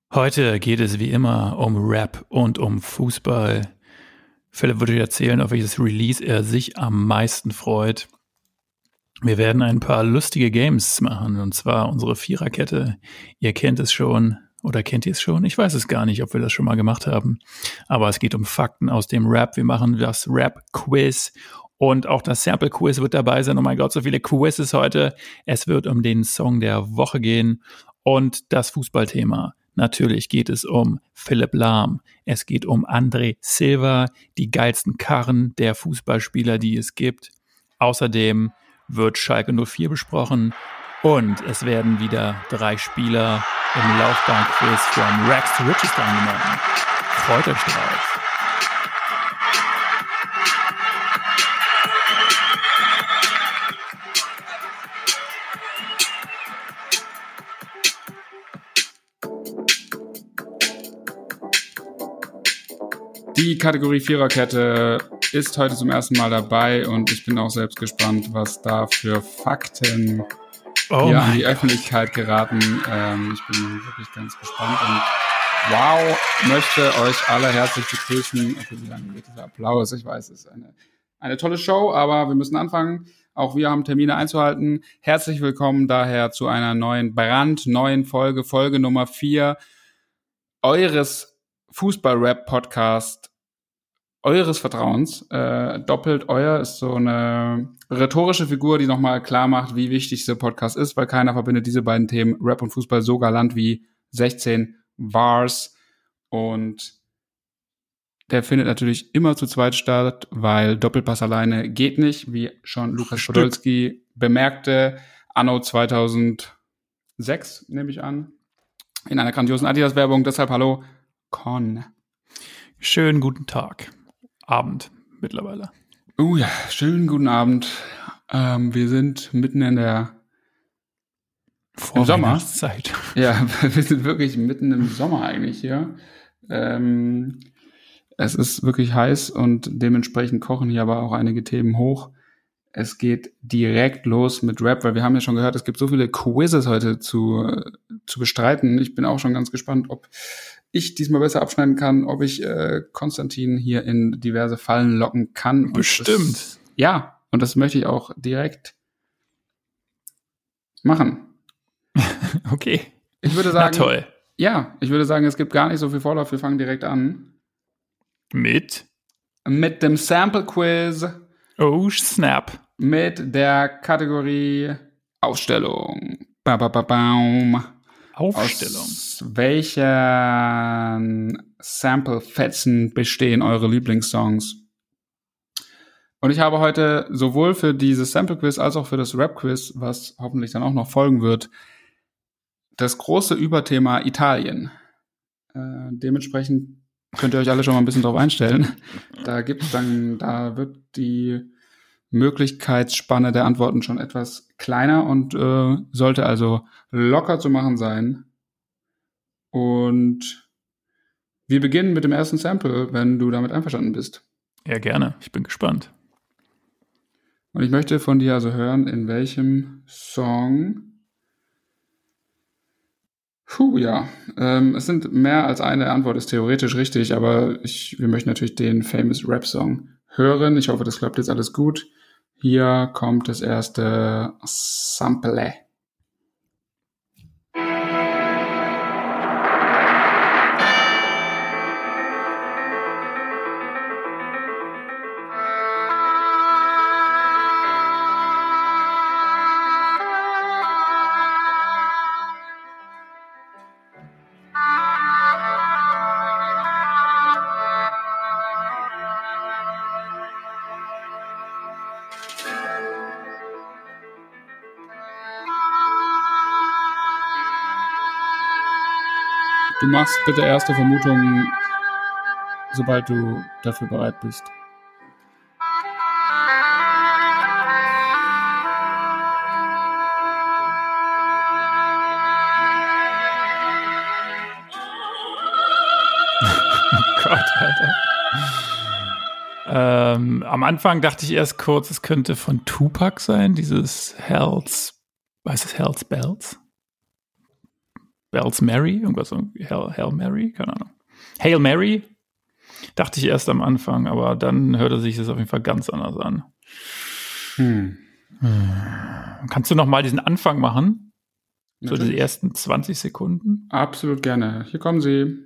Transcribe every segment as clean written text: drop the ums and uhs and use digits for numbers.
Heute geht es wie immer um Rap und um Fußball. Philipp würde dir erzählen, auf welches Release er sich am meisten freut. Wir werden ein paar lustige Games machen, und zwar unsere Viererkette. Ihr kennt es schon, oder kennt ihr es schon? Ich weiß es gar nicht, ob wir das schon mal gemacht haben. Aber es geht um Fakten aus dem Rap. Wir machen das Rap-Quiz und auch das Sample-Quiz wird dabei sein. Oh mein Gott, so viele Quizzes heute. Es wird um den Song der Woche gehen und das Fußballthema. Natürlich geht es um Philipp Lahm. Es geht um André Silva, die geilsten Karren der Fußballspieler, die es gibt. Außerdem wird Schalke 04 besprochen und es werden wieder 3 Spieler im Laufbahn-Quiz von Rags to Riches angenommen. Freut euch drauf. Die Kategorie Viererkette ist heute zum ersten Mal dabei und ich bin auch selbst gespannt, was da für Fakten hier an die Öffentlichkeit geraten. Ich bin wirklich ganz gespannt und möchte euch alle herzlich begrüßen. Okay, wie lange geht dieser Applaus? Ich weiß, es ist eine tolle Show, aber wir müssen anfangen. Auch wir haben Termine einzuhalten. Herzlich willkommen daher zu einer brandneuen Folge, Folge Nummer 4 eures Fußball-Rap-Podcast eures Vertrauens. Doppelt euer ist so eine rhetorische Figur, die nochmal klar macht, wie wichtig dieser Podcast ist, weil keiner verbindet diese beiden Themen, Rap und Fußball, so galant wie 16 Bars. Und der findet natürlich immer zu zweit statt, weil Doppelpass alleine geht nicht, wie schon Lukas Podolski bemerkte, anno 2006, nehme ich an, in einer grandiosen Adidas-Werbung. Deshalb hallo, Con. Schönen guten Tag. Abend mittlerweile. Oh ja, schönen guten Abend. Wir sind mitten in der Vorweihnachtszeit. Ja, wir sind wirklich mitten im Sommer eigentlich hier. Es ist wirklich heiß und dementsprechend kochen hier aber auch einige Themen hoch. Es geht direkt los mit Rap, weil wir haben ja schon gehört, es gibt so viele Quizzes heute zu bestreiten. Ich bin auch schon ganz gespannt, ob ich diesmal besser abschneiden kann, ob ich Konstantin hier in diverse Fallen locken kann. Bestimmt. Und das möchte ich auch direkt machen. Okay. Ich würde sagen, na toll. Ja, ich würde sagen, es gibt gar nicht so viel Vorlauf. Wir fangen direkt an. Mit dem Sample Quiz. Oh, snap. Mit der Kategorie Ausstellung. Baum. Aufstellung. Aus welchen Sample-Fetzen bestehen eure Lieblingssongs? Und ich habe heute sowohl für dieses Sample-Quiz als auch für das Rap-Quiz, was hoffentlich dann auch noch folgen wird, das große Überthema Italien. Dementsprechend könnt ihr euch alle schon mal ein bisschen drauf einstellen. Da wird die Möglichkeitsspanne der Antworten schon etwas kleiner und sollte also locker zu machen sein. Und wir beginnen mit dem ersten Sample, wenn du damit einverstanden bist. Ja, gerne. Ich bin gespannt. Und ich möchte von dir also hören, in welchem Song... es sind mehr als eine Antwort, ist theoretisch richtig, aber wir möchten natürlich den Famous Rap-Song hören. Ich hoffe, das klappt jetzt alles gut. Hier kommt das erste Sample. Du machst bitte erste Vermutung, sobald du dafür bereit bist. Oh Gott, Alter. Am Anfang dachte ich erst kurz, es könnte von Tupac sein, dieses Hells Bells? Bells Mary, irgendwas so, Hail Mary, keine Ahnung. Hail Mary, dachte ich erst am Anfang, aber dann hörte sich das auf jeden Fall ganz anders an. Kannst du noch mal diesen Anfang machen? So diese ersten 20 Sekunden? Absolut gerne. Hier kommen sie.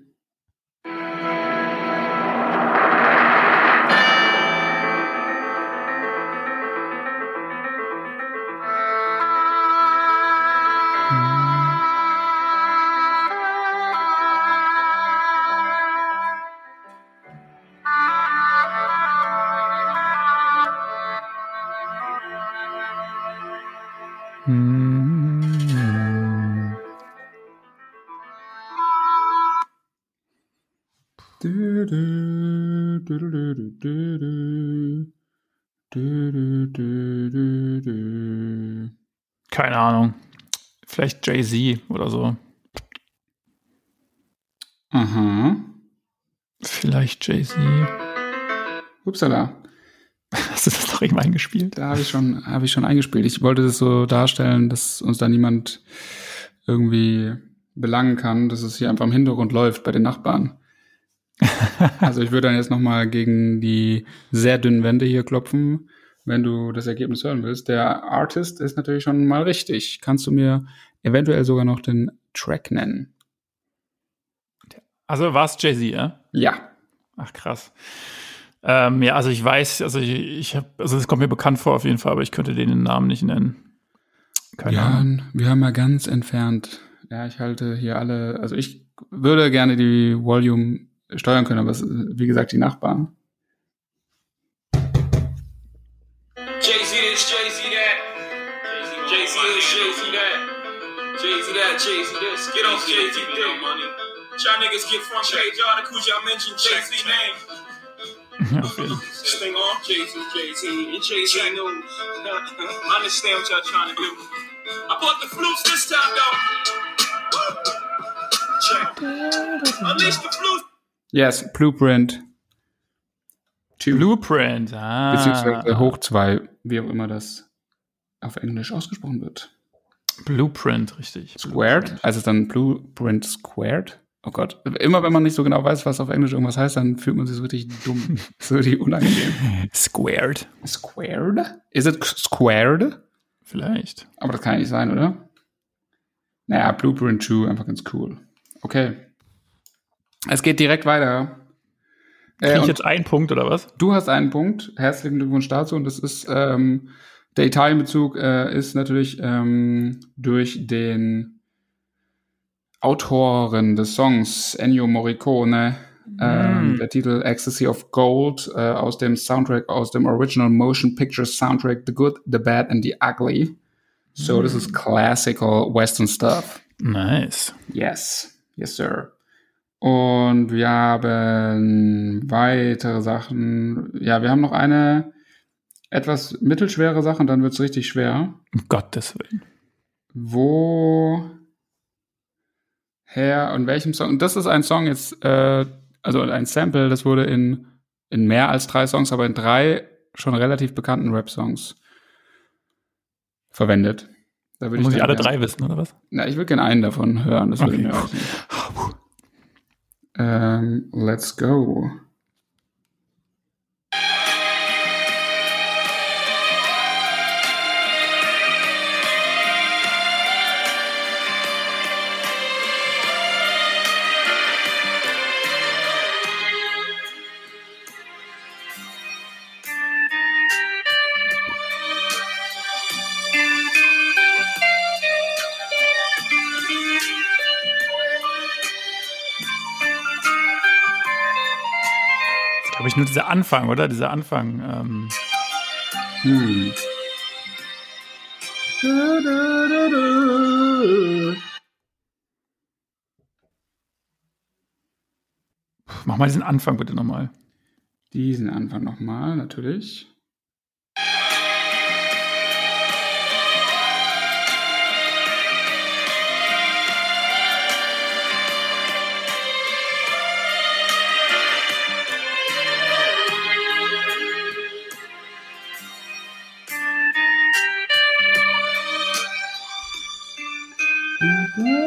Keine Ahnung. Vielleicht Jay-Z oder so. Aha. Vielleicht Jay-Z. Upsala. Hast du das doch eben eingespielt? Da habe ich schon eingespielt. Ich wollte das so darstellen, dass uns da niemand irgendwie belangen kann, dass es hier einfach im Hintergrund läuft bei den Nachbarn. Also ich würde dann jetzt nochmal gegen die sehr dünnen Wände hier klopfen, wenn du das Ergebnis hören willst. Der Artist ist natürlich schon mal richtig. Kannst du mir eventuell sogar noch den Track nennen? Also war es Jay-Z, ja? Ja. Ach, krass. Ja, also ich weiß, also es kommt mir bekannt vor auf jeden Fall, aber ich könnte den Namen nicht nennen. Keine Ahnung. Wir haben mal ganz entfernt, ja, ich halte hier alle, also ich würde gerne die Volume steuern können, aber es ist, wie gesagt, die Nachbarn. Jay-Z this, Jay-Z that. Jay-Z this, Jay-Z that. Jay-Z that, Jay-Z this. Get off Jay-Z dick, money. Y'all niggas get front page articles, y'all mention Jay-Z name. Sting on Jay-Z and Jay-Z news. I understand what y'all trying to do. I bought the flutes this time though. Check. Unleash the flutes. Yes, Blueprint. Blueprint, Beziehungsweise hoch 2, wie auch immer das auf Englisch ausgesprochen wird. Blueprint, richtig. Squared, Blueprint. Also dann Blueprint Squared. Oh Gott, immer wenn man nicht so genau weiß, was auf Englisch irgendwas heißt, dann fühlt man sich so richtig dumm, so richtig unangenehm. Squared. Squared? Is it squared? Vielleicht. Aber das kann ja nicht sein, oder? Naja, Blueprint 2, einfach ganz cool. Okay. Es geht direkt weiter. Kriege ich jetzt einen Punkt, oder was? Du hast einen Punkt. Herzlichen Glückwunsch dazu. Und das ist, der Italienbezug ist natürlich durch den Autoren des Songs, Ennio Morricone, der Titel Ecstasy of Gold aus dem Soundtrack, aus dem Original Motion Picture Soundtrack The Good, The Bad and The Ugly. So this is classical Western stuff. Nice. Yes, sir. Und wir haben weitere Sachen. Ja, wir haben noch eine etwas mittelschwere Sache und dann wird es richtig schwer. Um Gottes Willen. Woher und welchem Song? Und das ist ein Song jetzt, also ein Sample, das wurde in mehr als 3 Songs, aber in 3 schon relativ bekannten Rap-Songs verwendet. Da muss ich alle 3 wissen, oder was? Na, ich würde gerne einen davon hören. Das würde mir reichen. Let's go. Glaube ich nur dieser Anfang, oder? Dieser Anfang. Mach mal diesen Anfang bitte nochmal. Diesen Anfang nochmal, natürlich.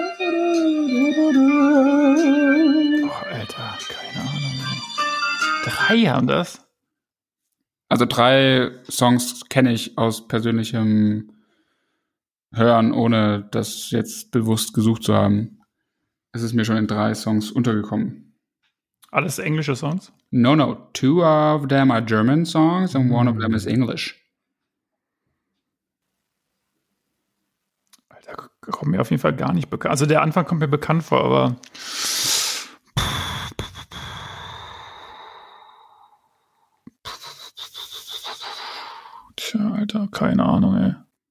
Alter, keine Ahnung. Ey. 3 haben das? Also 3 Songs kenne ich aus persönlichem Hören, ohne das jetzt bewusst gesucht zu haben. Es ist mir schon in 3 Songs untergekommen. Alles englische Songs? No. 2 of them are German songs and 1 of them is English. Alter, kommt mir auf jeden Fall gar nicht bekannt. Also der Anfang kommt mir bekannt vor, aber tja, Alter, keine Ahnung, ey.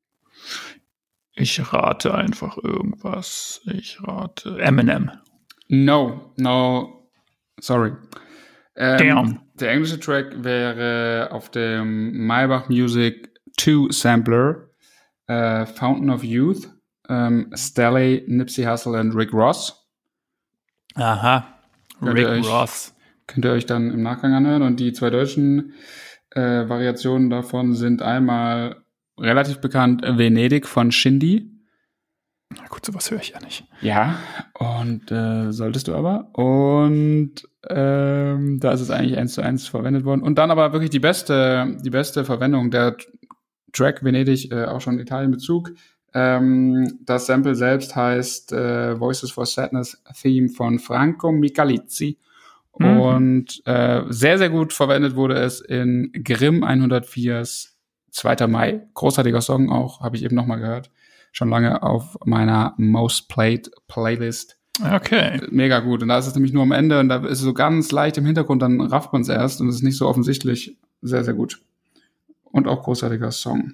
Ich rate einfach irgendwas. Ich rate Eminem. No, sorry. Damn. Der englische Track wäre auf dem Maybach Music 2 Sampler Fountain of Youth, Stelly, Nipsey Hussle und Rick Ross. Aha, Rick Ross. Könnt ihr euch dann im Nachgang anhören. Und die 2 deutschen Variationen davon sind einmal relativ bekannt Venedig von Shindy. Na gut, sowas höre ich ja nicht. Ja, und solltest du aber. Und da ist es eigentlich 1:1 verwendet worden. Und dann aber wirklich die beste Verwendung der Track Venedig, auch schon Italien-Bezug. Das Sample selbst heißt Voices for Sadness Theme von Franco Michalizzi. Und sehr, sehr gut verwendet wurde es in Grimm 104's 2. Mai. Großartiger Song auch, habe ich eben nochmal gehört. Schon lange auf meiner Most Played Playlist. Okay. Mega gut. Und da ist es nämlich nur am Ende und da ist es so ganz leicht im Hintergrund, dann rafft man es erst und es ist nicht so offensichtlich. Sehr, sehr gut. Und auch großartiger Song.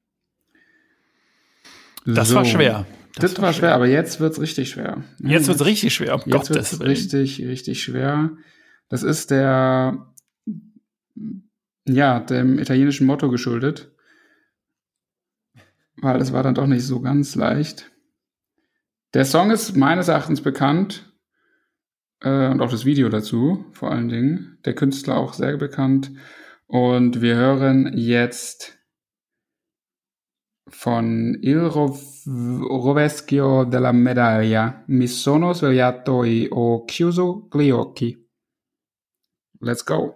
Das war schwer. Das war schwer, aber jetzt wird's richtig schwer. Jetzt wird's richtig schwer. Jetzt wird's richtig, richtig schwer. Das ist dem italienischen Motto geschuldet. Weil es war dann doch nicht so ganz leicht. Der Song ist meines Erachtens bekannt und auch das Video dazu, vor allen Dingen. Der Künstler auch sehr bekannt. Und wir hören jetzt von Il Rovescio della Medaglia. Mi sono svegliato e ho chiuso gli occhi. Let's go.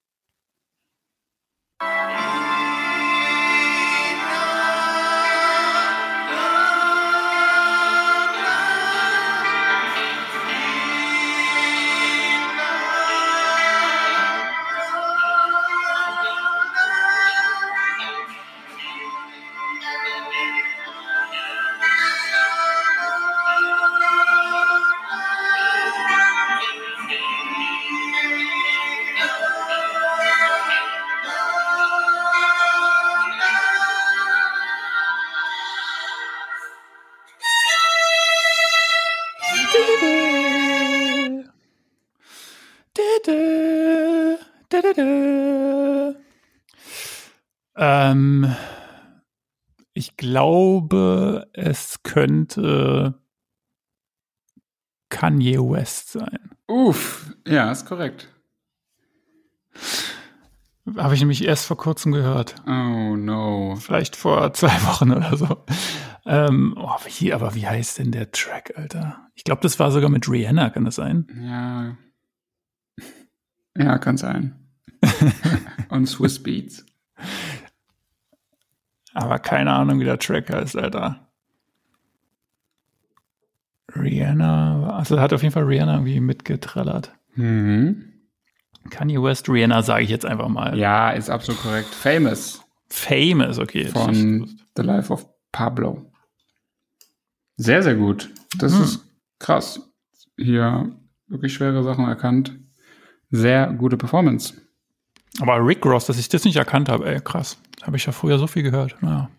Ich glaube, es könnte Kanye West sein. Ja, ist korrekt. Habe ich nämlich erst vor kurzem gehört. Oh no. Vielleicht vor 2 Wochen oder so. Aber wie heißt denn der Track, Alter? Ich glaube, das war sogar mit Rihanna, kann das sein? Ja. Ja, kann sein. Und Swiss Beats. Aber keine Ahnung, wie der Track heißt, Alter. Rihanna, also hat auf jeden Fall Rihanna irgendwie mitgetrellert. Kanye West, Rihanna sage ich jetzt einfach mal. Ja, ist absolut korrekt. Famous, okay. Von The Life of Pablo. Sehr, sehr gut. Das ist krass. Hier wirklich schwere Sachen erkannt. Sehr gute Performance. Aber Rick Ross, dass ich das nicht erkannt habe, ey, krass. Habe ich ja früher so viel gehört. Naja.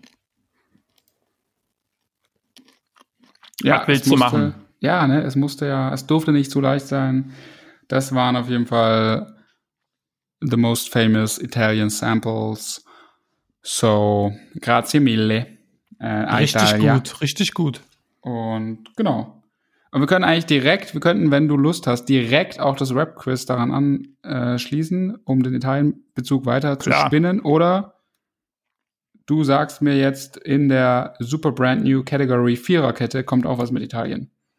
Ja, was willst du machen? Ja, ne, es durfte nicht zu leicht sein. Das waren auf jeden Fall the most famous Italian samples. So, grazie mille. Richtig gut. Und genau. Und wir könnten, wenn du Lust hast, direkt auch das Rap-Quiz daran anschließen, um den Italien-Bezug weiter zu spinnen. Oder du sagst mir jetzt, in der super brand new Category Viererkette kommt auch was mit Italien.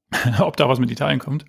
Ob da was mit Italien kommt?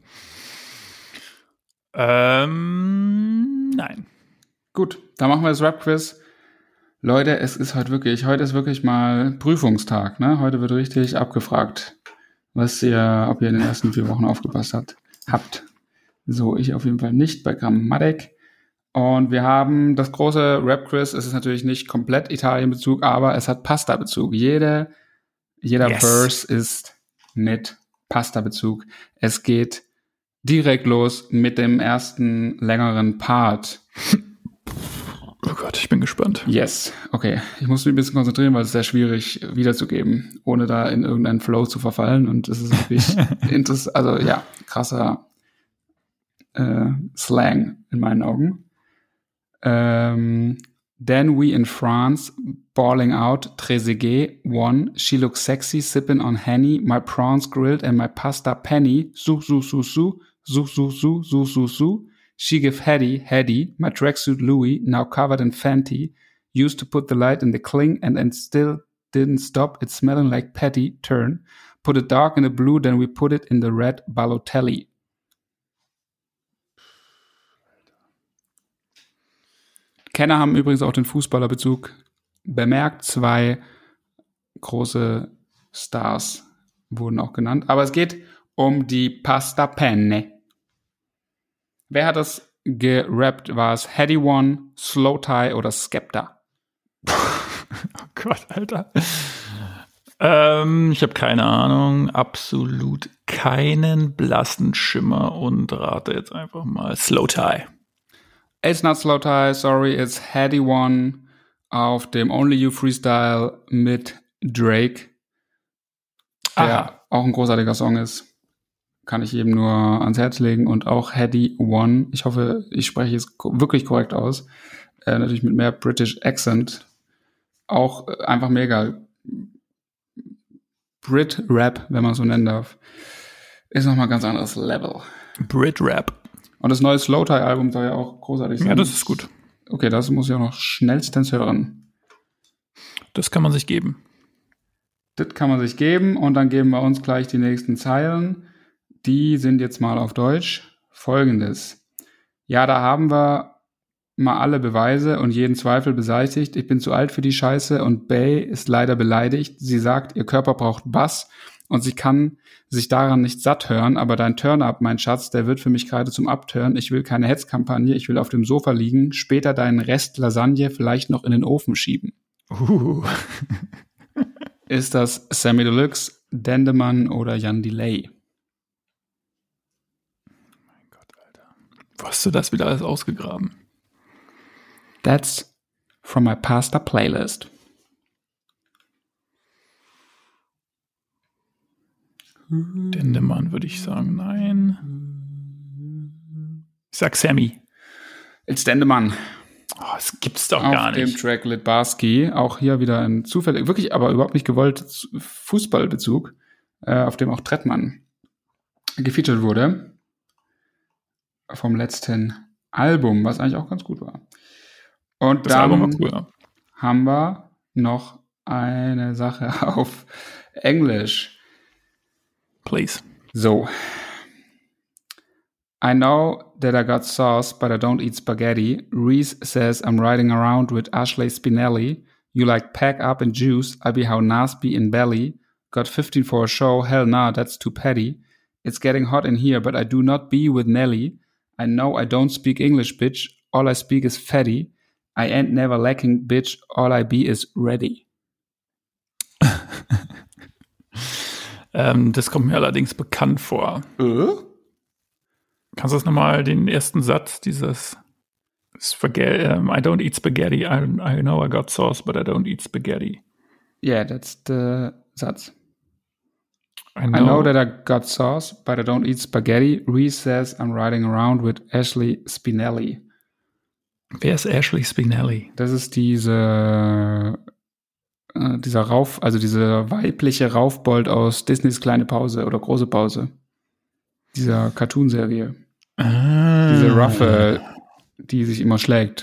Nein. Gut, dann machen wir das Rap-Quiz. Leute, heute ist wirklich mal Prüfungstag, ne? Heute wird richtig abgefragt, ob ihr in den ersten 4 Wochen aufgepasst habt. So, ich auf jeden Fall nicht bei Grammatik. Und wir haben das große Rap-Quiz. Es ist natürlich nicht komplett Italien-Bezug, aber es hat Pasta-Bezug. Jeder Verse ist mit Pasta-Bezug. Es geht direkt los mit dem ersten längeren Part. Oh Gott, ich bin gespannt. Yes, okay. Ich muss mich ein bisschen konzentrieren, weil es ist sehr schwierig wiederzugeben, ohne da in irgendeinen Flow zu verfallen. Und es ist wirklich interessant, also ja, krasser Slang in meinen Augen. Then we in France, bawling out, Trezeguet won. She looks sexy, sipping on Henny. My prawns grilled and my pasta penny. Su. She give Hedy, my tracksuit Louis, now covered in Fenty. Used to put the light in the cling and still didn't stop. It's smelling like patty. Turn. Put it dark in the blue, then we put it in the red Balotelli. Kenner haben übrigens auch den Fußballerbezug bemerkt. 2 große Stars wurden auch genannt. Aber es geht um die Pasta Penne. Wer hat das gerappt? War es Heady One, Slow Tie oder Skepta? Oh Gott, Alter. Ich habe keine Ahnung. Absolut keinen blassen Schimmer und rate jetzt einfach mal Slow Tie. It's not Slow Tie, sorry, it's Heady One auf dem Only You Freestyle mit Drake, der auch ein großartiger Song ist. Kann ich jedem nur ans Herz legen. Und auch Heady One, ich hoffe, ich spreche es wirklich korrekt aus, natürlich mit mehr British Accent, auch einfach mega. Brit-Rap, wenn man so nennen darf, ist nochmal ein ganz anderes Level. Brit-Rap. Und das neue Slow Tie-Album soll ja auch großartig sein. Ja, das ist gut. Okay, das muss ich auch noch schnellstens hören. Das kann man sich geben. Das kann man sich geben und dann geben wir uns gleich die nächsten Zeilen. Die sind jetzt mal auf Deutsch. Folgendes. Ja, da haben wir mal alle Beweise und jeden Zweifel beseitigt. Ich bin zu alt für die Scheiße und Bay ist leider beleidigt. Sie sagt, ihr Körper braucht Bass und sie kann sich daran nicht satt hören, aber dein Turn-Up, mein Schatz, der wird für mich gerade zum Upturn. Ich will keine Hetzkampagne, ich will auf dem Sofa liegen, später deinen Rest Lasagne vielleicht noch in den Ofen schieben. Ist das Sammy Deluxe, Dendemann oder Jan Delay? Mein Gott, Alter. Wo hast du das wieder alles ausgegraben? That's from my pasta playlist. Dendemann würde ich sagen, nein. Ich sag Sammy. It's Dendemann. Oh, das gibt's doch gar nicht. Auf dem Track Litbarski, auch hier wieder ein zufällig, wirklich aber überhaupt nicht gewollt Fußballbezug, auf dem auch Trettmann gefeatured wurde. Vom letzten Album, was eigentlich auch ganz gut war. Und das dann Album war cool, ja. Haben wir noch eine Sache auf Englisch. Please. So. I know that I got sauce, but I don't eat spaghetti. Reese says I'm riding around with Ashley Spinelli. You like pack up and juice. I be how nasty in belly. Got 15 for a show. Hell nah, that's too petty. It's getting hot in here, but I do not be with Nelly. I know I don't speak English, bitch. All I speak is fatty. I ain't never lacking, bitch. All I be is ready. Das kommt mir allerdings bekannt vor. Kannst du das nochmal, den ersten Satz, dieses Spaghetti, I don't eat spaghetti, I know I got sauce, but I don't eat spaghetti. Yeah, that's the Satz. I know that I got sauce, but I don't eat spaghetti. Reese says I'm riding around with Ashley Spinelli. Wer ist Ashley Spinelli? Das ist dieser weibliche Raufbold aus Disneys Kleine Pause oder Große Pause. Dieser Cartoonserie. Diese Ruffe, die sich immer schlägt.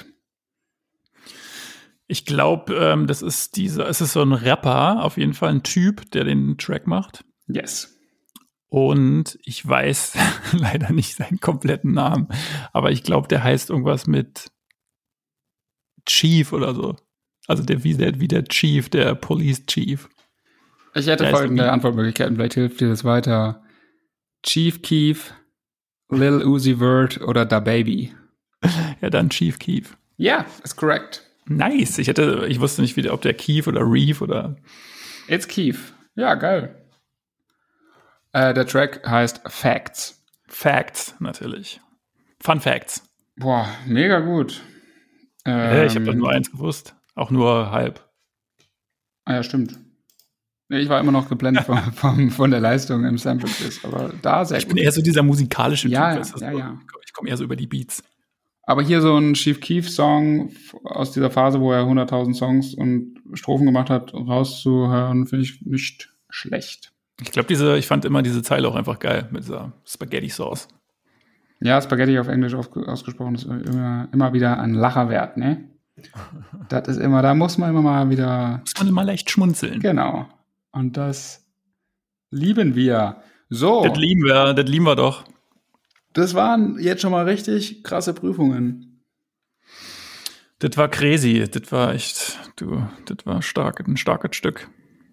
Ich glaube, es ist so ein Rapper, auf jeden Fall ein Typ, der den Track macht. Yes. Und ich weiß leider nicht seinen kompletten Namen, aber ich glaube, der heißt irgendwas mit Chief oder so. Also wie der Chief, der Police Chief. Ich hätte folgende Antwortmöglichkeiten, vielleicht hilft dir das weiter. Chief Keef, Lil Uzi Vert oder Da Baby. Ja, dann Chief Keef. Ja, ist korrekt. Nice. Ich wusste nicht, ob der Keef oder Reef oder... It's Keef. Ja, geil. Der Track heißt Facts. Facts, natürlich. Fun Facts. Boah, mega gut. Ich habe doch nur eins gewusst. Auch nur halb. Ah ja, stimmt. Ich war immer noch geblendet von der Leistung im Sample-Quiz, aber da sehr gut. Ich bin eher so dieser musikalische Typ. Ja. Ich komme eher so über die Beats. Aber hier so ein Chief Keef-Song aus dieser Phase, wo er 100.000 Songs und Strophen gemacht hat, rauszuhören, finde ich nicht schlecht. Ich glaube, ich fand immer diese Zeile auch einfach geil mit dieser Spaghetti-Sauce. Ja, Spaghetti auf Englisch ausgesprochen ist immer wieder ein Lacher wert, ne? Das ist immer, da muss man immer mal wieder... Muss man immer leicht schmunzeln. Genau. Und das lieben wir. So. Das lieben wir doch. Das waren jetzt schon mal richtig krasse Prüfungen. Das war crazy. Das war echt, das war ein starkes Stück.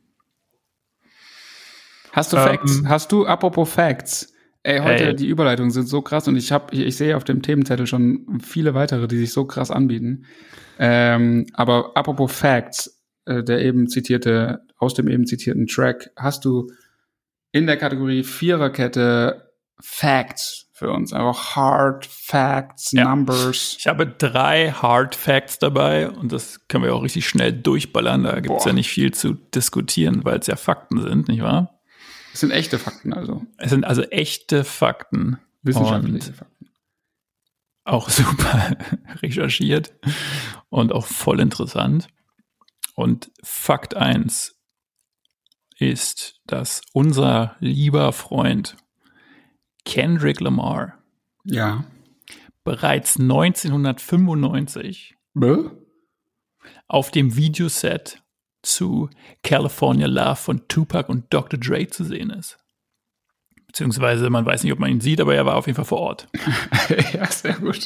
Hast du Facts? Apropos Facts? Ey, heute die Überleitungen sind so krass und ich sehe auf dem Themenzettel schon viele weitere, die sich so krass anbieten. Aber apropos Facts, aus dem eben zitierten Track, hast du in der Kategorie Viererkette Facts für uns, einfach Hard Facts, Numbers. Ich habe 3 Hard Facts dabei und das können wir auch richtig schnell durchballern. Da gibt es ja nicht viel zu diskutieren, weil es ja Fakten sind, nicht wahr? Es sind echte Fakten also. Es sind also echte Fakten. Wissenschaftliche Fakten. Auch super recherchiert und auch voll interessant. Und Fakt 1 ist, dass unser lieber Freund Kendrick Lamar bereits 1995 auf dem Videoset zu California Love von Tupac und Dr. Dre zu sehen ist. Beziehungsweise, man weiß nicht, ob man ihn sieht, aber er war auf jeden Fall vor Ort. Ja, sehr gut.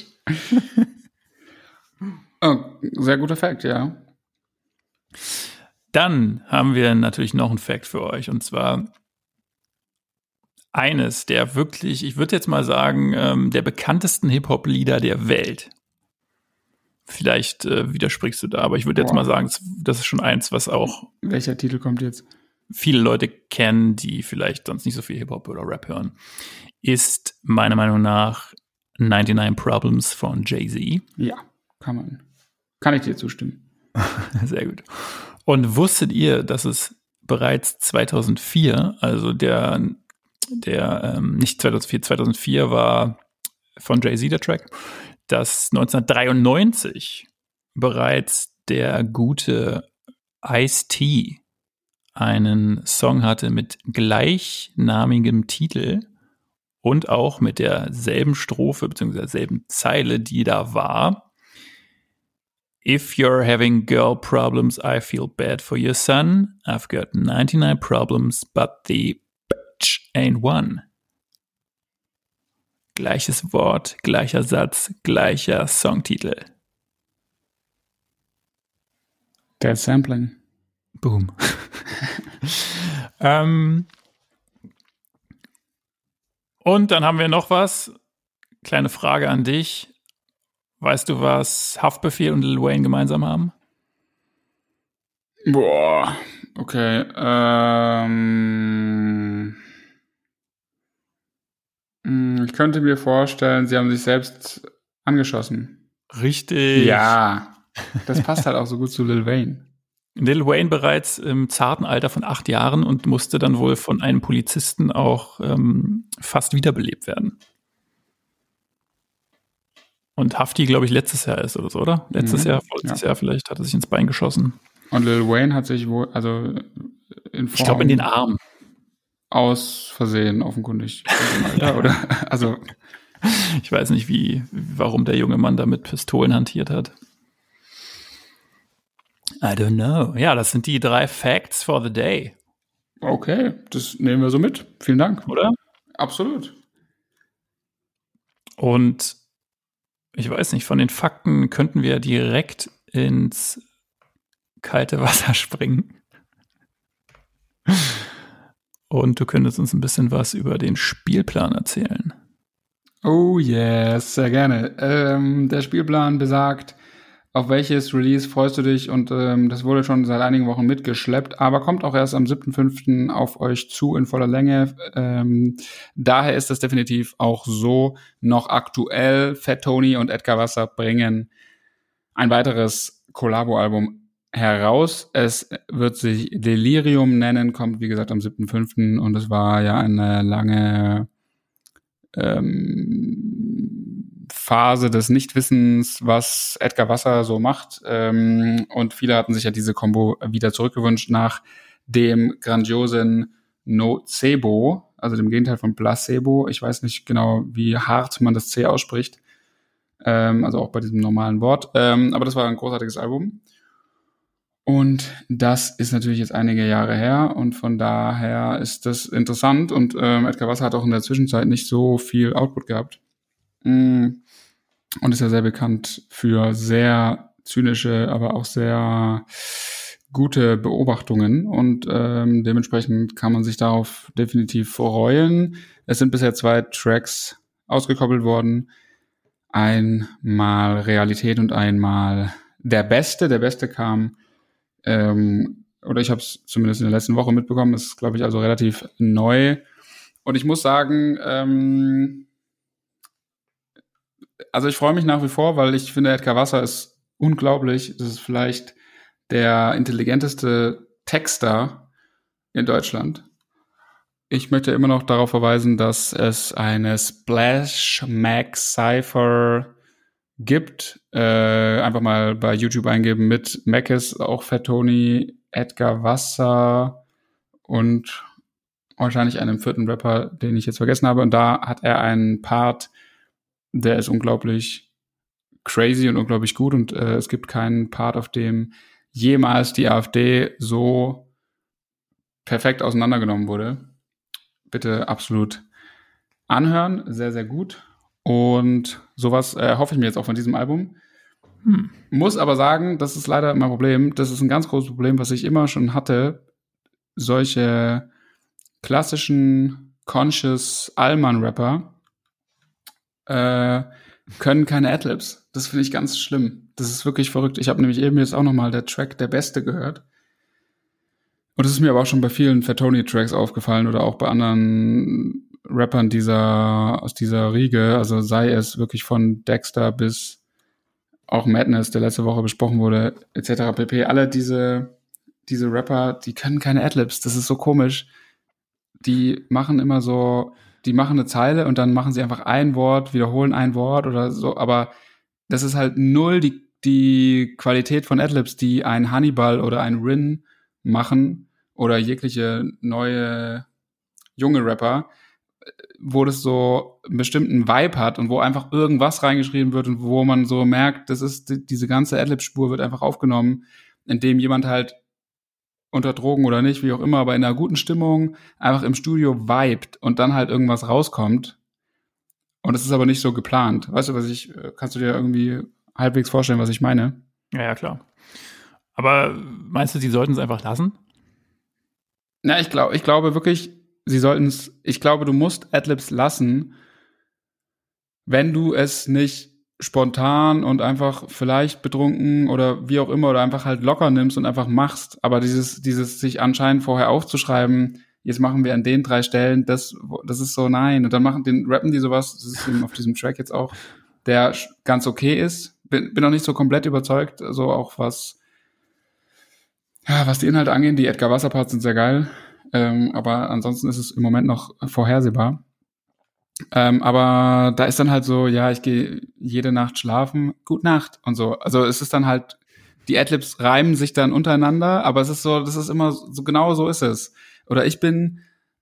Sehr guter Fact, ja. Dann haben wir natürlich noch einen Fact für euch, und zwar eines der wirklich, ich würde jetzt mal sagen, der bekanntesten Hip-Hop-Lieder der Welt. Vielleicht widersprichst du da, aber ich würde jetzt mal sagen, das ist schon eins, was auch... Welcher Titel kommt jetzt? Viele Leute kennen, die vielleicht sonst nicht so viel Hip-Hop oder Rap hören, ist meiner Meinung nach 99 Problems von Jay-Z. Ja, kann ich dir zustimmen. Sehr gut. Und wusstet ihr, dass es bereits 2004, also nicht 2004 war von Jay-Z der Track, dass 1993 bereits der gute Ice-T einen Song hatte mit gleichnamigem Titel und auch mit derselben Strophe bzw. derselben Zeile, die da war. If you're having girl problems, I feel bad for your son. I've got 99 problems, but the bitch ain't one. Gleiches Wort, gleicher Satz, gleicher Songtitel. Dead Sampling. Boom. Und dann haben wir noch was. Kleine Frage an dich. Weißt du, was Haftbefehl und Lil Wayne gemeinsam haben? Boah, okay. Ich könnte mir vorstellen, sie haben sich selbst angeschossen. Richtig. Ja, das passt halt auch so gut zu Lil Wayne. Lil Wayne bereits im zarten Alter von 8 Jahren und musste dann wohl von einem Polizisten auch fast wiederbelebt werden. Und Hafti, glaube ich, letztes Jahr ist oder so, oder? Letztes Jahr vielleicht, hat er sich ins Bein geschossen. Und Lil Wayne hat sich wohl, ich glaube in den Arm. Aus Versehen, offenkundig. Oder? Also. Ich weiß nicht, warum der junge Mann da mit Pistolen hantiert hat. I don't know. Ja, das sind die 3 Facts for the day. Okay, das nehmen wir so mit. Vielen Dank. Oder? Absolut. Und ich weiß nicht, von den Fakten könnten wir direkt ins kalte Wasser springen. Und du könntest uns ein bisschen was über den Spielplan erzählen. Oh yes, sehr gerne. Der Spielplan besagt, auf welches Release freust du dich? Und das wurde schon seit einigen Wochen mitgeschleppt, aber kommt auch erst am 7.5. auf euch zu in voller Länge. Daher ist das definitiv auch so noch aktuell. Fat Tony und Edgar Wasser bringen ein weiteres Collabo-Album heraus. Es wird sich Delirium nennen, kommt wie gesagt am 7.5. Und es war ja eine lange Phase des Nichtwissens, was Edgar Wasser so macht. Und viele hatten sich ja diese Combo wieder zurückgewünscht nach dem grandiosen Nocebo, also dem Gegenteil von Placebo. Ich weiß nicht genau, wie hart man das C ausspricht. Also auch bei diesem normalen Wort. Aber das war ein großartiges Album. Und das ist natürlich jetzt einige Jahre her und von daher ist das interessant und Edgar Wasser hat auch in der Zwischenzeit nicht so viel Output gehabt und ist ja sehr bekannt für sehr zynische, aber auch sehr gute Beobachtungen und dementsprechend kann man sich darauf definitiv freuen. Es sind bisher 2 Tracks ausgekoppelt worden, einmal Realität und einmal Der Beste. Der Beste kam oder ich habe es zumindest in der letzten Woche mitbekommen, ist, glaube ich, also relativ neu. Und ich muss sagen, also ich freue mich nach wie vor, weil ich finde, Edgar Wasser ist unglaublich. Das ist vielleicht der intelligenteste Texter in Deutschland. Ich möchte immer noch darauf verweisen, dass es eine Splash Max Cypher gibt. Einfach mal bei YouTube eingeben mit Mackes, auch Fat Tony, Edgar Wasser und wahrscheinlich einem 4. Rapper, den ich jetzt vergessen habe. Und da hat er einen Part, der ist unglaublich crazy und unglaublich gut. Und es gibt keinen Part, auf dem jemals die AfD so perfekt auseinandergenommen wurde. Bitte absolut anhören. Sehr, sehr gut. Und sowas hoffe ich mir jetzt auch von diesem Album. Muss aber sagen, das ist leider mein Problem. Das ist ein ganz großes Problem, was ich immer schon hatte. Solche klassischen Conscious Allman-Rapper können keine Adlibs. Das finde ich ganz schlimm. Das ist wirklich verrückt. Ich habe nämlich eben jetzt auch nochmal der Track Der Beste gehört. Und das ist mir aber auch schon bei vielen Fat Tony-Tracks aufgefallen oder auch bei anderen Rappern aus dieser Riege, also sei es wirklich von Dexter bis auch Madness, der letzte Woche besprochen wurde, etc. pp. Alle diese Rapper, die können keine Adlibs, das ist so komisch. Die machen immer so, die machen eine Zeile und dann machen sie einfach ein Wort, wiederholen ein Wort oder so, aber das ist halt null die Qualität von Adlibs, die ein Hannibal oder ein Rin machen oder jegliche neue junge Rapper, wo das so einen bestimmten Vibe hat und wo einfach irgendwas reingeschrieben wird und wo man so merkt, das ist diese ganze Adlib-Spur wird einfach aufgenommen, indem jemand halt unter Drogen oder nicht, wie auch immer, aber in einer guten Stimmung einfach im Studio vibet und dann halt irgendwas rauskommt. Und das ist aber nicht so geplant. Weißt du, kannst du dir irgendwie halbwegs vorstellen, was ich meine? Ja, klar. Aber meinst du, sie sollten es einfach lassen? Na, ich glaube wirklich, ich glaube, du musst Adlibs lassen, wenn du es nicht spontan und einfach vielleicht betrunken oder wie auch immer oder einfach halt locker nimmst und einfach machst. Aber dieses sich anscheinend vorher aufzuschreiben, jetzt machen wir an den 3 Stellen, das ist so, nein. Und dann rappen die sowas, das ist eben auf diesem Track jetzt auch, der ganz okay ist. Bin noch nicht so komplett überzeugt, so auch was die Inhalte angehen. Die Edgar Wasser Parts sind sehr geil. Aber ansonsten ist es im Moment noch vorhersehbar. Aber da ist dann halt so, ja, ich gehe jede Nacht schlafen, gut Nacht und so. Also es ist dann halt, die Adlibs reimen sich dann untereinander, aber es ist so, das ist immer so, genau so ist es. Oder ich kann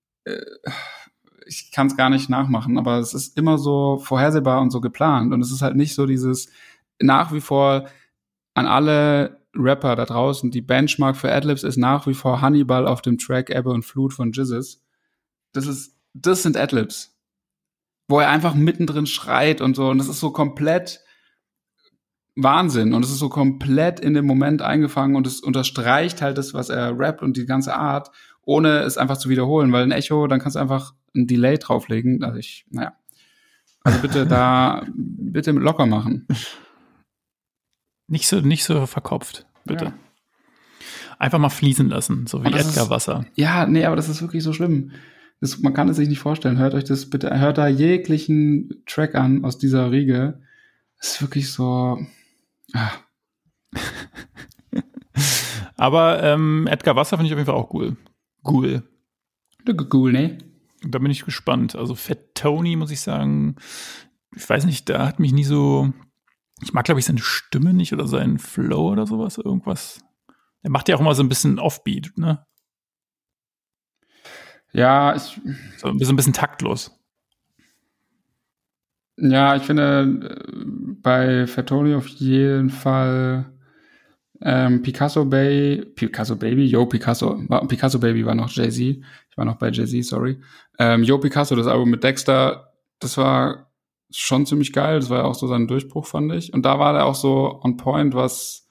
es gar nicht nachmachen, aber es ist immer so vorhersehbar und so geplant und es ist halt nicht so dieses nach wie vor an alle Rapper da draußen, die Benchmark für Adlibs ist nach wie vor Hannibal auf dem Track Ebbe und Flut von Jizzes. Das sind Adlibs. Wo er einfach mittendrin schreit und so. Und das ist so komplett Wahnsinn. Und es ist so komplett in dem Moment eingefangen und es unterstreicht halt das, was er rappt und die ganze Art, ohne es einfach zu wiederholen. Weil ein Echo, dann kannst du einfach ein Delay drauflegen. Also bitte locker machen. Nicht so verkopft, bitte. Ja. Einfach mal fließen lassen, so wie Edgar Wasser. Ja, nee, aber das ist wirklich so schlimm. Man kann es sich nicht vorstellen. Hört euch das bitte, hört da jeglichen Track an aus dieser Riege. Das ist wirklich so. Aber Edgar Wasser finde ich auf jeden Fall auch cool. Cool, ne? Da bin ich gespannt. Also Fat Tony, muss ich sagen, ich weiß nicht, da hat mich nie so. Ich mag, glaube ich, seine Stimme nicht oder seinen Flow oder sowas, irgendwas. Er macht ja auch immer so ein bisschen Offbeat, ne? Ja, so ein bisschen taktlos. Ja, ich finde bei Fat Tony auf jeden Fall Picasso Baby war noch Jay-Z. Ich war noch bei Jay-Z, sorry. Yo Picasso, das Album mit Dexter, das war schon ziemlich geil. Das war ja auch so sein Durchbruch, fand ich. Und da war der auch so on point, was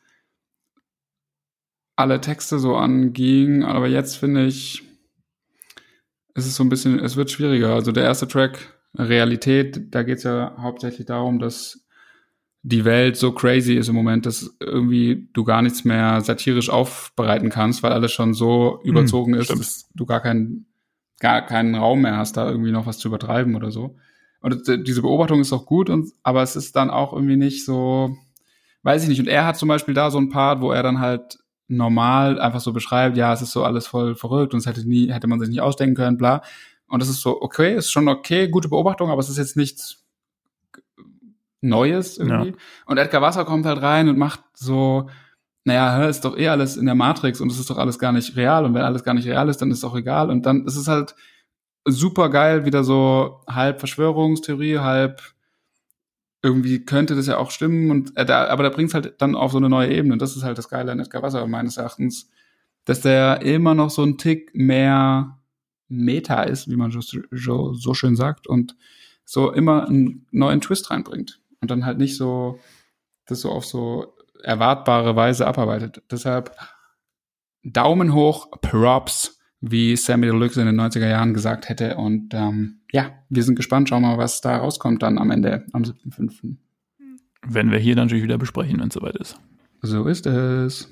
alle Texte so anging. Aber jetzt finde ich, es wird schwieriger. Also der erste Track, Realität, da geht es ja hauptsächlich darum, dass die Welt so crazy ist im Moment, dass irgendwie du gar nichts mehr satirisch aufbereiten kannst, weil alles schon so überzogen ist, dass du gar keinen Raum mehr hast, da irgendwie noch was zu übertreiben oder so. Und diese Beobachtung ist auch gut, aber es ist dann auch irgendwie nicht so, weiß ich nicht. Und er hat zum Beispiel da so ein Part, wo er dann halt normal einfach so beschreibt, ja, es ist so alles voll verrückt und es hätte man sich nicht ausdenken können, bla. Und das ist so, okay, ist schon okay, gute Beobachtung, aber es ist jetzt nichts Neues irgendwie. Ja. Und Edgar Wasser kommt halt rein und macht so, naja, ist doch alles in der Matrix und es ist doch alles gar nicht real. Und wenn alles gar nicht real ist, dann ist es auch egal. Und dann ist es halt super geil, wieder so halb Verschwörungstheorie, halb irgendwie könnte das ja auch stimmen. Und aber da bringt es halt dann auf so eine neue Ebene. Und das ist halt das Geile an Edgar Wasser meines Erachtens, dass der immer noch so ein Tick mehr Meta ist, wie man so schön sagt, und so immer einen neuen Twist reinbringt. Und dann halt nicht so, das so auf so erwartbare Weise abarbeitet. Deshalb Daumen hoch, Props, wie Sammy Deluxe in den 90er Jahren gesagt hätte. Und wir sind gespannt. Schauen wir mal, was da rauskommt dann am Ende, am 7.5. Werden wir hier natürlich wieder besprechen, wenn es soweit ist. So ist es.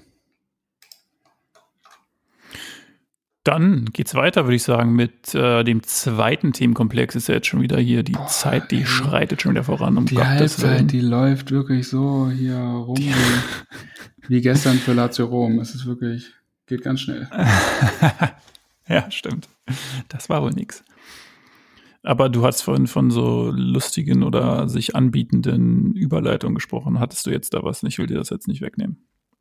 Dann geht's weiter, würde ich sagen, mit dem zweiten Themenkomplex. Ist ja jetzt schon wieder hier die Zeit, die schreitet schon wieder voran. Die Halbzeit, die läuft wirklich so hier rum wie gestern für Lazio Rom. Es ist wirklich, geht ganz schnell. Ja, stimmt. Das war wohl nix. Aber du hast vorhin von so lustigen oder sich anbietenden Überleitungen gesprochen. Hattest du jetzt da was? Ich will dir das jetzt nicht wegnehmen.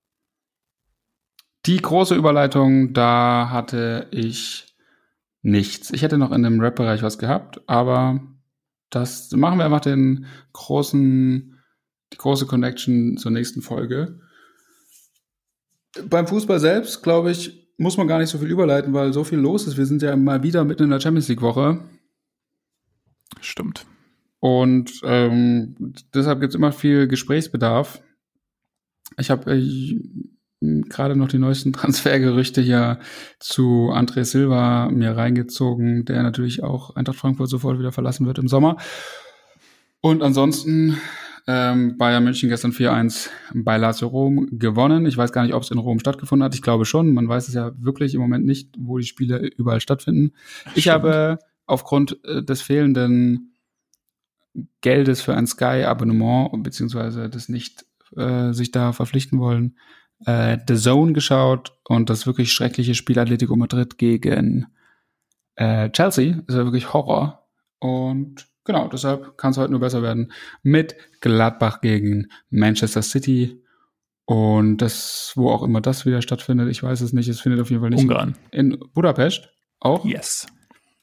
Die große Überleitung, da hatte ich nichts. Ich hätte noch in dem Rap-Bereich was gehabt, aber das machen wir einfach die große Connection zur nächsten Folge. Beim Fußball selbst, glaube ich, muss man gar nicht so viel überleiten, weil so viel los ist. Wir sind ja mal wieder mitten in der Champions-League-Woche. Stimmt. Und deshalb gibt es immer viel Gesprächsbedarf. Ich habe gerade noch die neuesten Transfergerüchte hier zu André Silva mir reingezogen, der natürlich auch Eintracht Frankfurt sofort wieder verlassen wird im Sommer. Und ansonsten Bayern München gestern 4-1 bei Lazio Rom gewonnen. Ich weiß gar nicht, ob es in Rom stattgefunden hat. Ich glaube schon. Man weiß es ja wirklich im Moment nicht, wo die Spiele überall stattfinden. Stimmt. Ich habe aufgrund des fehlenden Geldes für ein Sky-Abonnement beziehungsweise des nicht sich da verpflichten wollen, The Zone geschaut und das wirklich schreckliche Spiel Atletico Madrid gegen Chelsea. Das ist ja wirklich Horror. Und genau, deshalb kann es heute nur besser werden mit Gladbach gegen Manchester City. Und das, wo auch immer das wieder stattfindet, ich weiß es nicht. Es findet auf jeden Fall nicht Ungarn. In Budapest auch. Yes.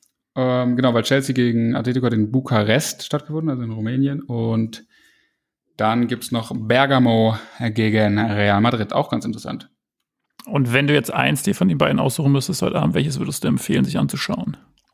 Genau, weil Chelsea gegen Atletico hat in Bukarest stattgefunden, also in Rumänien. Und Dann gibt's noch Bergamo gegen Real Madrid, auch ganz interessant. Und wenn du jetzt eins dir von den beiden aussuchen müsstest heute Abend, welches würdest du empfehlen, sich anzuschauen?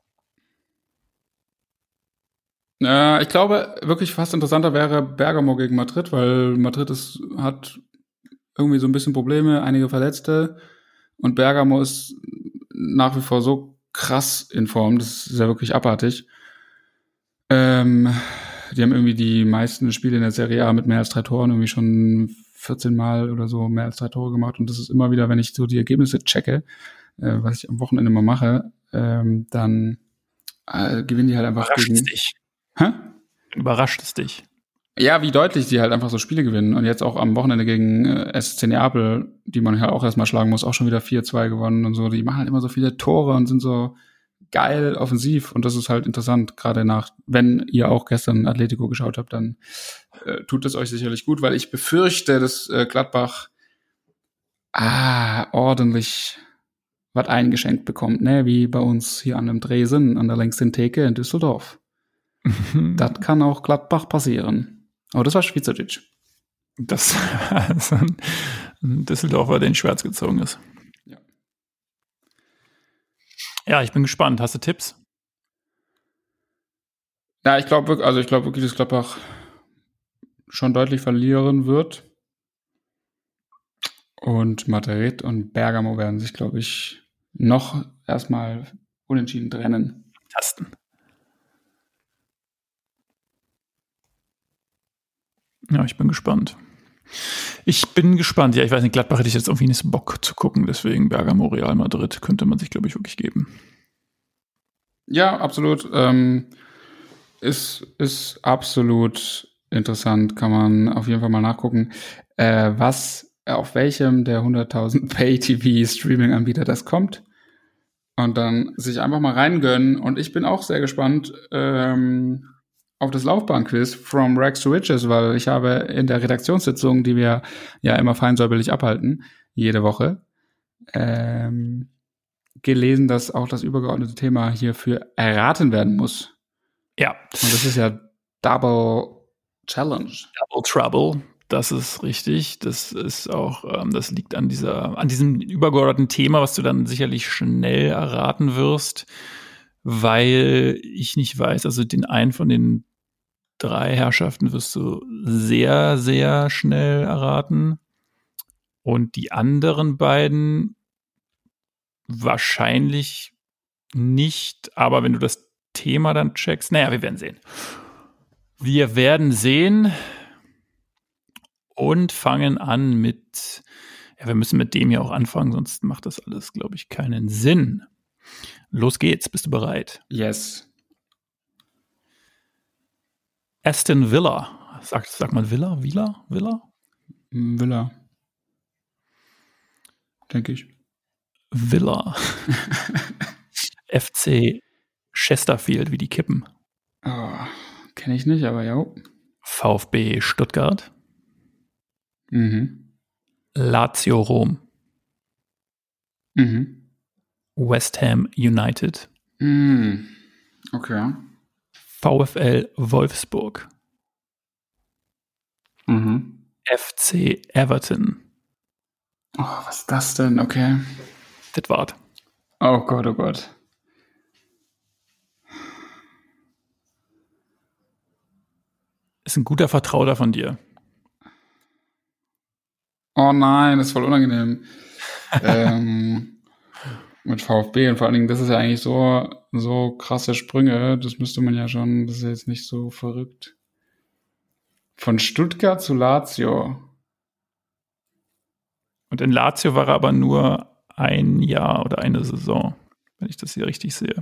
Ich glaube, wirklich fast interessanter wäre Bergamo gegen Madrid, weil Madrid hat irgendwie so ein bisschen Probleme, einige Verletzte. Und Bergamo ist nach wie vor so krass in Form, das ist ja wirklich abartig. Die haben irgendwie die meisten Spiele in der Serie A mit mehr als 3 Toren irgendwie schon 14 Mal oder so mehr als 3 Tore gemacht. Und das ist immer wieder, wenn ich so die Ergebnisse checke, was ich am Wochenende mal mache, dann gewinnen die halt einfach gegen... Dich. Hä? Überrascht es dich? Ja, wie deutlich die halt einfach so Spiele gewinnen. Und jetzt auch am Wochenende gegen SC Neapel, die man halt auch erstmal schlagen muss, auch schon wieder 4-2 gewonnen und so. Die machen halt immer so viele Tore und sind so geil offensiv. Und das ist halt interessant, gerade wenn ihr auch gestern Atletico geschaut habt, dann tut es euch sicherlich gut, weil ich befürchte, dass Gladbach ordentlich was eingeschenkt bekommt, ne? Wie bei uns hier an dem Dresen, an der längsten Theke in Düsseldorf. Das kann auch Gladbach passieren. Aber das war Schweizerdeutsch. Das also ein Düsseldorfer, der in Schwarz gezogen ist. Ja, ich bin gespannt. Hast du Tipps? Ja, ich glaube wirklich, dass Gladbach schon deutlich verlieren wird. Und Madrid und Bergamo werden sich, glaube ich, noch erstmal unentschieden trennen. Tasten. Ja, ich bin gespannt. Ja, ich weiß nicht, Gladbach hätte ich jetzt irgendwie nicht so Bock zu gucken, deswegen Bergamo, Real Madrid könnte man sich, glaube ich, wirklich geben. Ja, absolut. Ist absolut interessant, kann man auf jeden Fall mal nachgucken, auf welchem der 100.000 Pay-TV-Streaming-Anbieter das kommt. Und dann sich einfach mal reingönnen. Und ich bin auch sehr gespannt, auf das Laufbahnquiz From Rags to Riches, weil ich habe in der Redaktionssitzung, die wir ja immer feinsäuberlich abhalten, jede Woche, gelesen, dass auch das übergeordnete Thema hierfür erraten werden muss. Ja. Und das ist ja Double Challenge. Double Trouble, das ist richtig. Das ist auch, das liegt an diesem übergeordneten Thema, was du dann sicherlich schnell erraten wirst, weil ich nicht weiß, also den einen von den 3 Herrschaften wirst du sehr, sehr schnell erraten. Und die anderen beiden wahrscheinlich nicht. Aber wenn du das Thema dann checkst, naja, wir werden sehen. Wir werden sehen und fangen an mit, ja, wir müssen mit dem hier auch anfangen, sonst macht das alles, glaube ich, keinen Sinn. Los geht's, bist du bereit? Yes. Aston Villa. Sagt man Villa? Villa? Denke ich. Villa. FC Chesterfield, wie die Kippen. Oh, kenne ich nicht, aber ja. VfB Stuttgart. Mhm. Lazio Rom. Mhm. West Ham United. Mhm. Okay. VfL Wolfsburg. Mhm. FC Everton. Oh, was ist das denn? Okay. Das war's. Oh Gott, oh Gott. Ist ein guter Vertrauter von dir. Oh nein, das ist voll unangenehm. Mit VfB und vor allen Dingen, das ist ja eigentlich so krasse Sprünge, das müsste man ja schon, das ist jetzt nicht so verrückt. Von Stuttgart zu Lazio. Und in Lazio war er aber nur ein Jahr oder eine Saison, wenn ich das hier richtig sehe.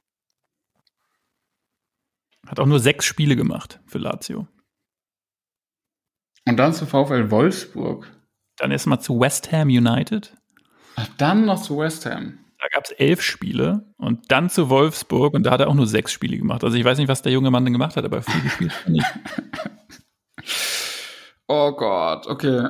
Hat auch nur 6 Spiele gemacht für Lazio. Und dann zu VfL Wolfsburg. Dann erstmal zu West Ham United. Ach, dann noch zu West Ham. Da gab es 11 Spiele und dann zu Wolfsburg und da hat er auch nur 6 Spiele gemacht. Also ich weiß nicht, was der junge Mann denn gemacht hat, aber viel gespielt hat er nicht. Oh Gott, okay.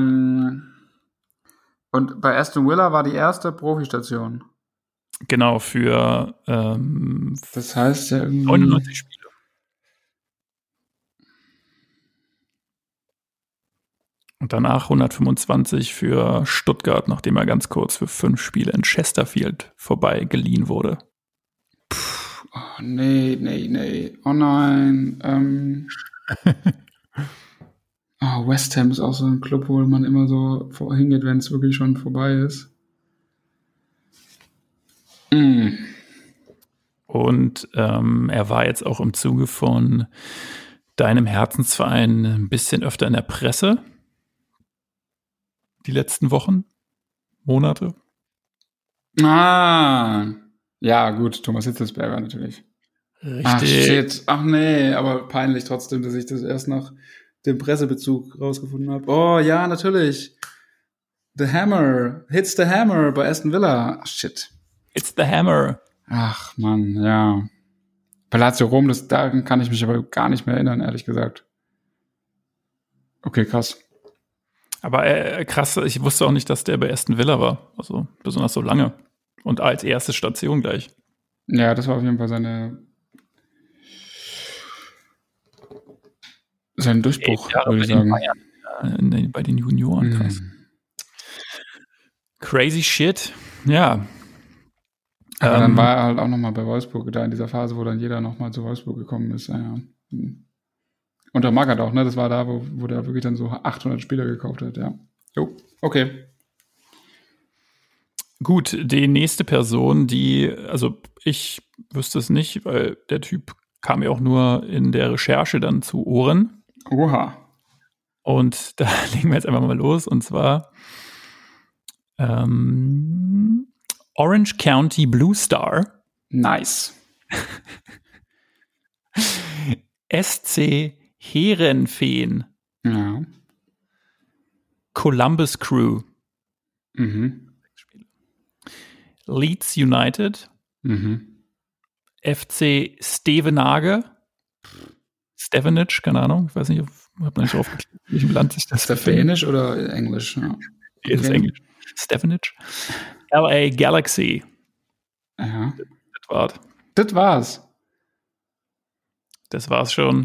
Und bei Aston Villa war die erste Profistation. Genau, für das heißt ja irgendwie 99 Spiele. Und danach 125 für Stuttgart, nachdem er ganz kurz für 5 Spiele in Chesterfield vorbei geliehen wurde. Oh, nee. Oh nein. West Ham ist auch so ein Club, wo man immer so hingeht, wenn es wirklich schon vorbei ist. Und er war jetzt auch im Zuge von deinem Herzensverein ein bisschen öfter in der Presse. Die letzten Wochen, Monate. Ja, gut, Thomas Hitzelsberger natürlich. Richtig. Ach, shit. Ach nee, aber peinlich trotzdem, dass ich das erst nach dem Pressebezug rausgefunden habe. Oh, ja, natürlich. The Hammer. Hits the Hammer bei Aston Villa. Ach, shit. It's the Hammer. Ach, Mann, ja. Bei Lazio Rom, daran kann ich mich aber gar nicht mehr erinnern, ehrlich gesagt. Okay, krass. Aber krass, ich wusste auch nicht, dass der bei Aston Villa war. Also besonders so lange. Und als erste Station gleich. Ja, das war auf jeden Fall sein Durchbruch, würde ich sagen. Bayern, bei den Junioren, krass. Crazy shit, ja. Aber dann war er halt auch nochmal bei Wolfsburg, da in dieser Phase, wo dann jeder nochmal zu Wolfsburg gekommen ist. Ja. Und der Magath auch, ne? Das war da, wo der wirklich dann so 800 Spieler gekauft hat, ja. Jo, okay. Gut, die nächste Person, also ich wüsste es nicht, weil der Typ kam ja auch nur in der Recherche dann zu Ohren. Oha. Und da legen wir jetzt einfach mal los, und zwar Orange County Blue Star. Nice. SC Heerenveen. Ja. Columbus Crew. Leeds United. FC Stevenage. Stevenage, keine Ahnung. Ich weiß nicht, ich habe noch nicht draufgeklickt, in welchem Land sich das befindet. Ist das Dänisch oder Englisch? Ja. Okay. Das ist Englisch. Stevenage. LA Galaxy. Ja. Das war's. Das war's. Das war's schon.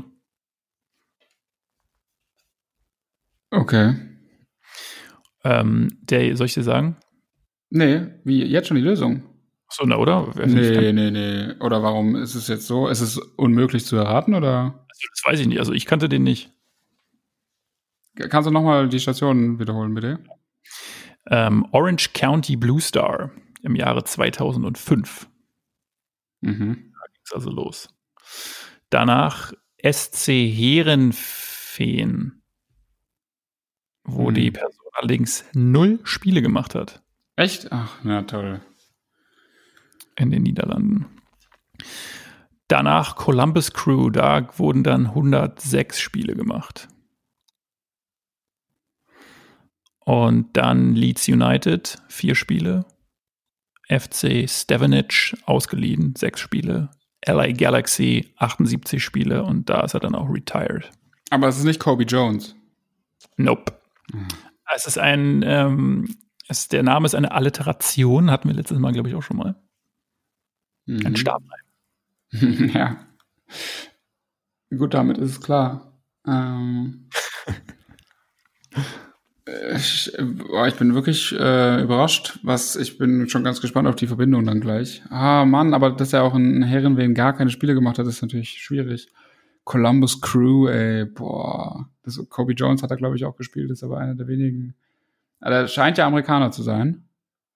Okay. Soll ich dir sagen? Nee, wie, jetzt schon die Lösung? Achso, na, oder? Nee. Oder warum ist es jetzt so? Ist es unmöglich zu erraten, oder? Also, das weiß ich nicht. Also, ich kannte den nicht. Kannst du nochmal die Stationen wiederholen, bitte? Orange County Blue Star im Jahre 2005. Da ging es also los. Danach SC Heerenveen, wo die Person allerdings 0 Spiele gemacht hat. Echt? Ach, na toll. In den Niederlanden. Danach Columbus Crew, da wurden dann 106 Spiele gemacht. Und dann Leeds United, 4 Spiele. FC Stevenage, ausgeliehen, 6 Spiele. LA Galaxy, 78 Spiele. Und da ist er dann auch retired. Aber es ist nicht Kobe Jones. Nope. Es ist der Name ist eine Alliteration, hatten wir letztes Mal, glaube ich, auch schon mal. Ein Stabreim. Ja. Gut, damit ist es klar. Ich bin wirklich überrascht. Ich bin schon ganz gespannt auf die Verbindung dann gleich. Mann, aber dass er auch in Heerenveen gar keine Spiele gemacht hat, ist natürlich schwierig. Columbus Crew, Kobe Jones hat er, glaube ich, auch gespielt, ist aber einer der wenigen. Er scheint ja Amerikaner zu sein.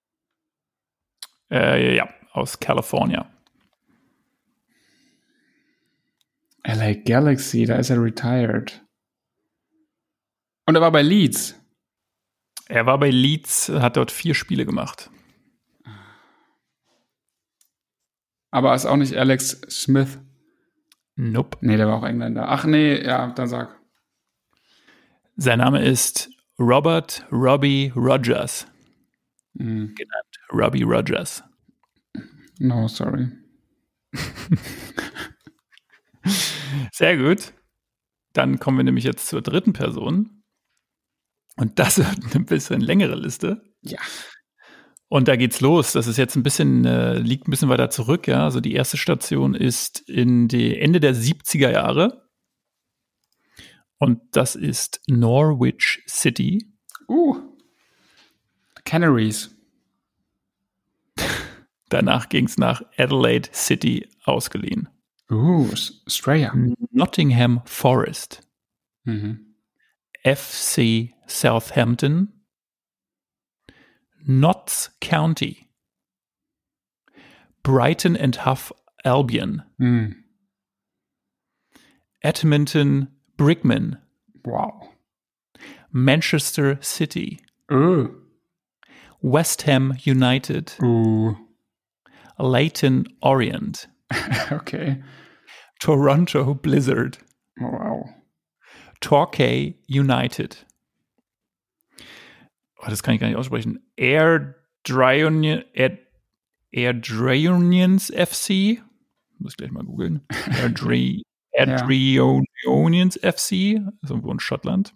Ja, aus California. LA Galaxy, da ist er retired. Und er war bei Leeds. Er war bei Leeds, hat dort 4 Spiele gemacht. Aber ist auch nicht Alex Smith? Nope. Nee, der war auch Engländer. Ach nee, ja, dann sag. Sein Name ist Robbie Rogers. Genannt Robbie Rogers. No, sorry. Sehr gut. Dann kommen wir nämlich jetzt zur dritten Person. Und das wird eine bisschen längere Liste. Ja. Und da geht's los. Das ist jetzt liegt ein bisschen weiter zurück, ja. Also die erste Station ist in die Ende der 70er Jahre. Und das ist Norwich City. Canaries. Danach ging es nach Adelaide City ausgeliehen. Australia. Nottingham Forest. Mhm. FC Southampton. Notts County. Brighton and Hove Albion. Edmonton Brickman. Wow. Manchester City. West Ham United. Leyton Orient. Okay. Toronto Blizzard. Wow. Torquay United. Das kann ich gar nicht aussprechen. Airdrieonians FC. Muss ich gleich mal googeln. Airdrieonians FC. Das ist irgendwo in Schottland.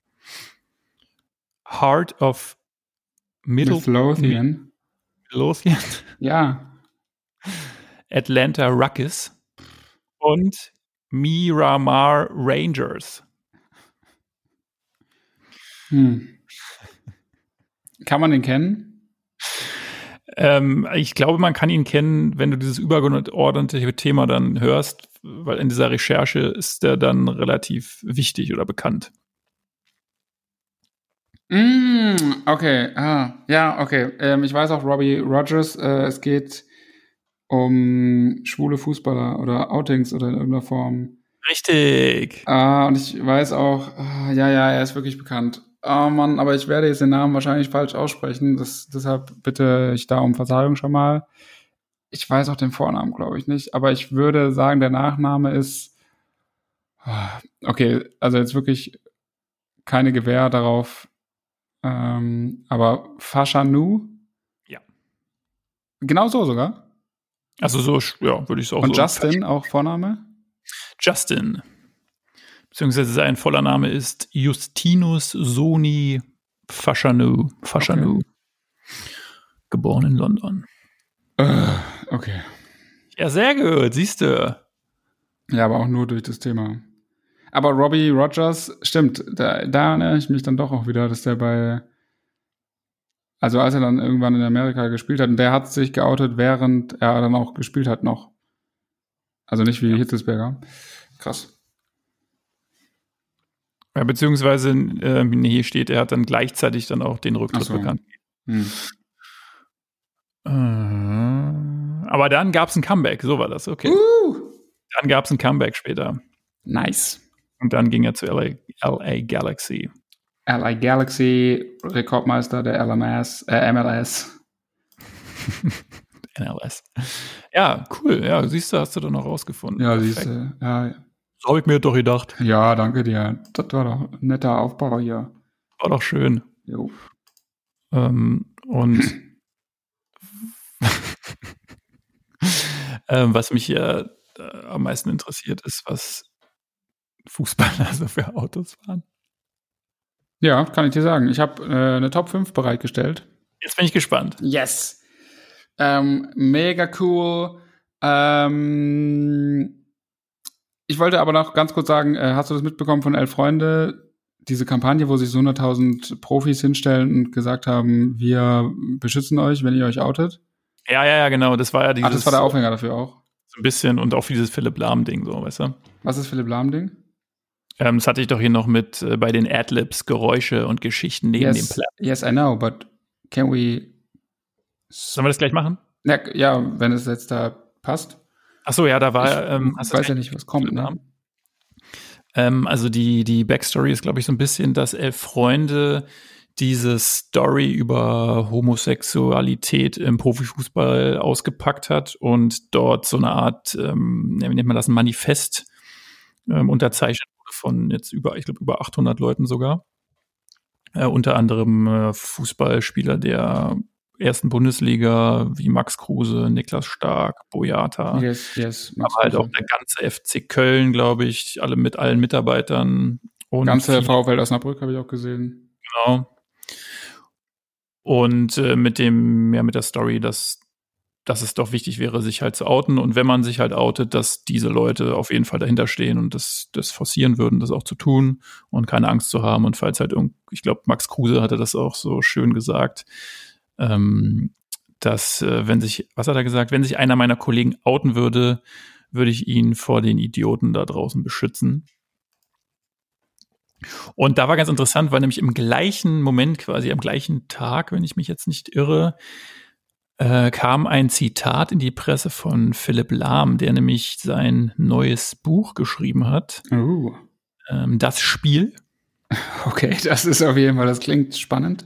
Heart of Midlothian. Ja. Atlanta Ruckus. Und Miramar Rangers. Kann man den kennen? Ich glaube, man kann ihn kennen, wenn du dieses übergeordnete Thema dann hörst, weil in dieser Recherche ist der dann relativ wichtig oder bekannt. Okay. Ja, okay. Ich weiß auch, Robbie Rogers, es geht um schwule Fußballer oder Outings oder in irgendeiner Form. Richtig. Und ich weiß auch, er ist wirklich bekannt. Oh Mann, aber ich werde jetzt den Namen wahrscheinlich falsch aussprechen. Deshalb bitte ich da um Verzeihung schon mal. Ich weiß auch den Vornamen, glaube ich nicht. Aber ich würde sagen, der Nachname ist... Okay, also jetzt wirklich keine Gewähr darauf. Aber Fashanu? Ja. Genau so sogar? Also so, ja, würde ich es auch Und so. Und Justin, auch Vorname? Justin. Beziehungsweise sein voller Name ist Justinus Soni Fashanu. Okay. Geboren in London. Okay. Ja, sehr gut, siehst du. Ja, aber auch nur durch das Thema. Aber Robbie Rogers, stimmt, da erinnere ich mich dann doch auch wieder, dass der als er dann irgendwann in Amerika gespielt hat, und der hat sich geoutet, während er dann auch gespielt hat noch. Also nicht wie Hitzelsberger. Krass. Ja, beziehungsweise hier steht, er hat dann gleichzeitig dann auch den Rücktritt bekannt. Aber dann gab es ein Comeback, so war das, okay. Dann gab es ein Comeback später. Nice. Und dann ging er zu LA Galaxy. LA Galaxy, Rekordmeister der MLS. NLS. Ja, cool. Ja, siehst du, hast du doch noch rausgefunden. Ja, siehst du. Ja. So habe ich mir doch gedacht. Ja, danke dir. Das war doch ein netter Aufbau hier. War doch schön. Jo. Und was mich ja am meisten interessiert, ist, was Fußballer so für Autos fahren. Ja, kann ich dir sagen. Ich habe eine Top 5 bereitgestellt. Jetzt bin ich gespannt. Yes. Mega cool. Ich wollte aber noch ganz kurz sagen, hast du das mitbekommen von 11 Freunde? Diese Kampagne, wo sich so 100.000 Profis hinstellen und gesagt haben, wir beschützen euch, wenn ihr euch outet? Ja, genau. Das war ja dieses... das war der Aufhänger dafür auch? So ein bisschen und auch dieses Philipp Lahm-Ding, so, weißt du? Was ist Philipp Lahm-Ding? Das hatte ich doch hier noch mit bei den Adlibs, Geräusche und Geschichten neben dem Platz. Yes, I know, but can we... Sollen wir das gleich machen? Ja, wenn es jetzt da passt. Ach so, ja, da war... ich weiß ja nicht, was kommt, ne? Also die Backstory ist, glaube ich, so ein bisschen, dass 11 Freunde diese Story über Homosexualität im Profifußball ausgepackt hat und dort so eine Art, wie nennt man das, ein Manifest unterzeichnet wurde von jetzt über 800 Leuten sogar. Unter anderem Fußballspieler der ersten Bundesliga wie Max Kruse, Niklas Stark, Boyata. Yes. Aber halt auch der ganze FC Köln, glaube ich, mit allen Mitarbeitern. Und ganze VfL Osnabrück habe ich auch gesehen. Genau. Und mit der Story, dass dass es doch wichtig wäre, sich halt zu outen. Und wenn man sich halt outet, dass diese Leute auf jeden Fall dahinter stehen und das forcieren würden, das auch zu tun und keine Angst zu haben. Und falls halt ich glaube, Max Kruse hatte das auch so schön gesagt, dass was hat er gesagt, wenn sich einer meiner Kollegen outen würde, würde ich ihn vor den Idioten da draußen beschützen. Und da war ganz interessant, weil nämlich im gleichen Moment, quasi am gleichen Tag, wenn ich mich jetzt nicht irre, kam ein Zitat in die Presse von Philipp Lahm, der nämlich sein neues Buch geschrieben hat. Das Spiel. Okay, das ist auf jeden Fall, das klingt spannend.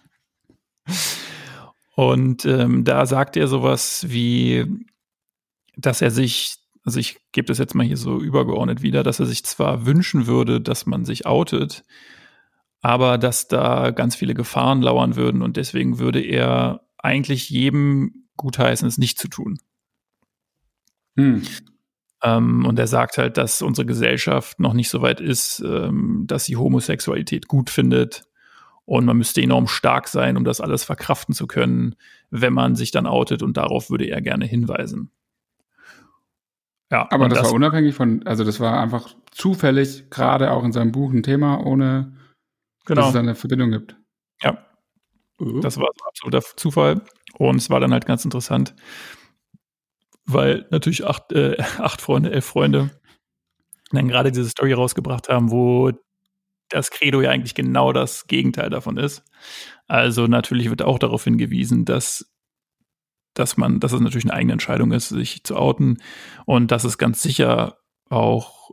Und da sagt er sowas wie, dass er sich, also ich gebe das jetzt mal hier so übergeordnet wieder, dass er sich zwar wünschen würde, dass man sich outet, aber dass da ganz viele Gefahren lauern würden und deswegen würde er eigentlich jedem gutheißen, es nicht zu tun. Und er sagt halt, dass unsere Gesellschaft noch nicht so weit ist, dass sie Homosexualität gut findet und man müsste enorm stark sein, um das alles verkraften zu können, wenn man sich dann outet und darauf würde er gerne hinweisen. Ja, aber das war unabhängig von, also das war einfach zufällig gerade auch in seinem Buch ein Thema, ohne dass es eine Verbindung gibt. Ja, das war so absoluter Zufall und es war dann halt ganz interessant, weil natürlich 8 Freunde, 11 Freunde dann gerade diese Story rausgebracht haben, wo das Credo ja eigentlich genau das Gegenteil davon ist. Also natürlich wird auch darauf hingewiesen, dass es natürlich eine eigene Entscheidung ist, sich zu outen und dass es ganz sicher auch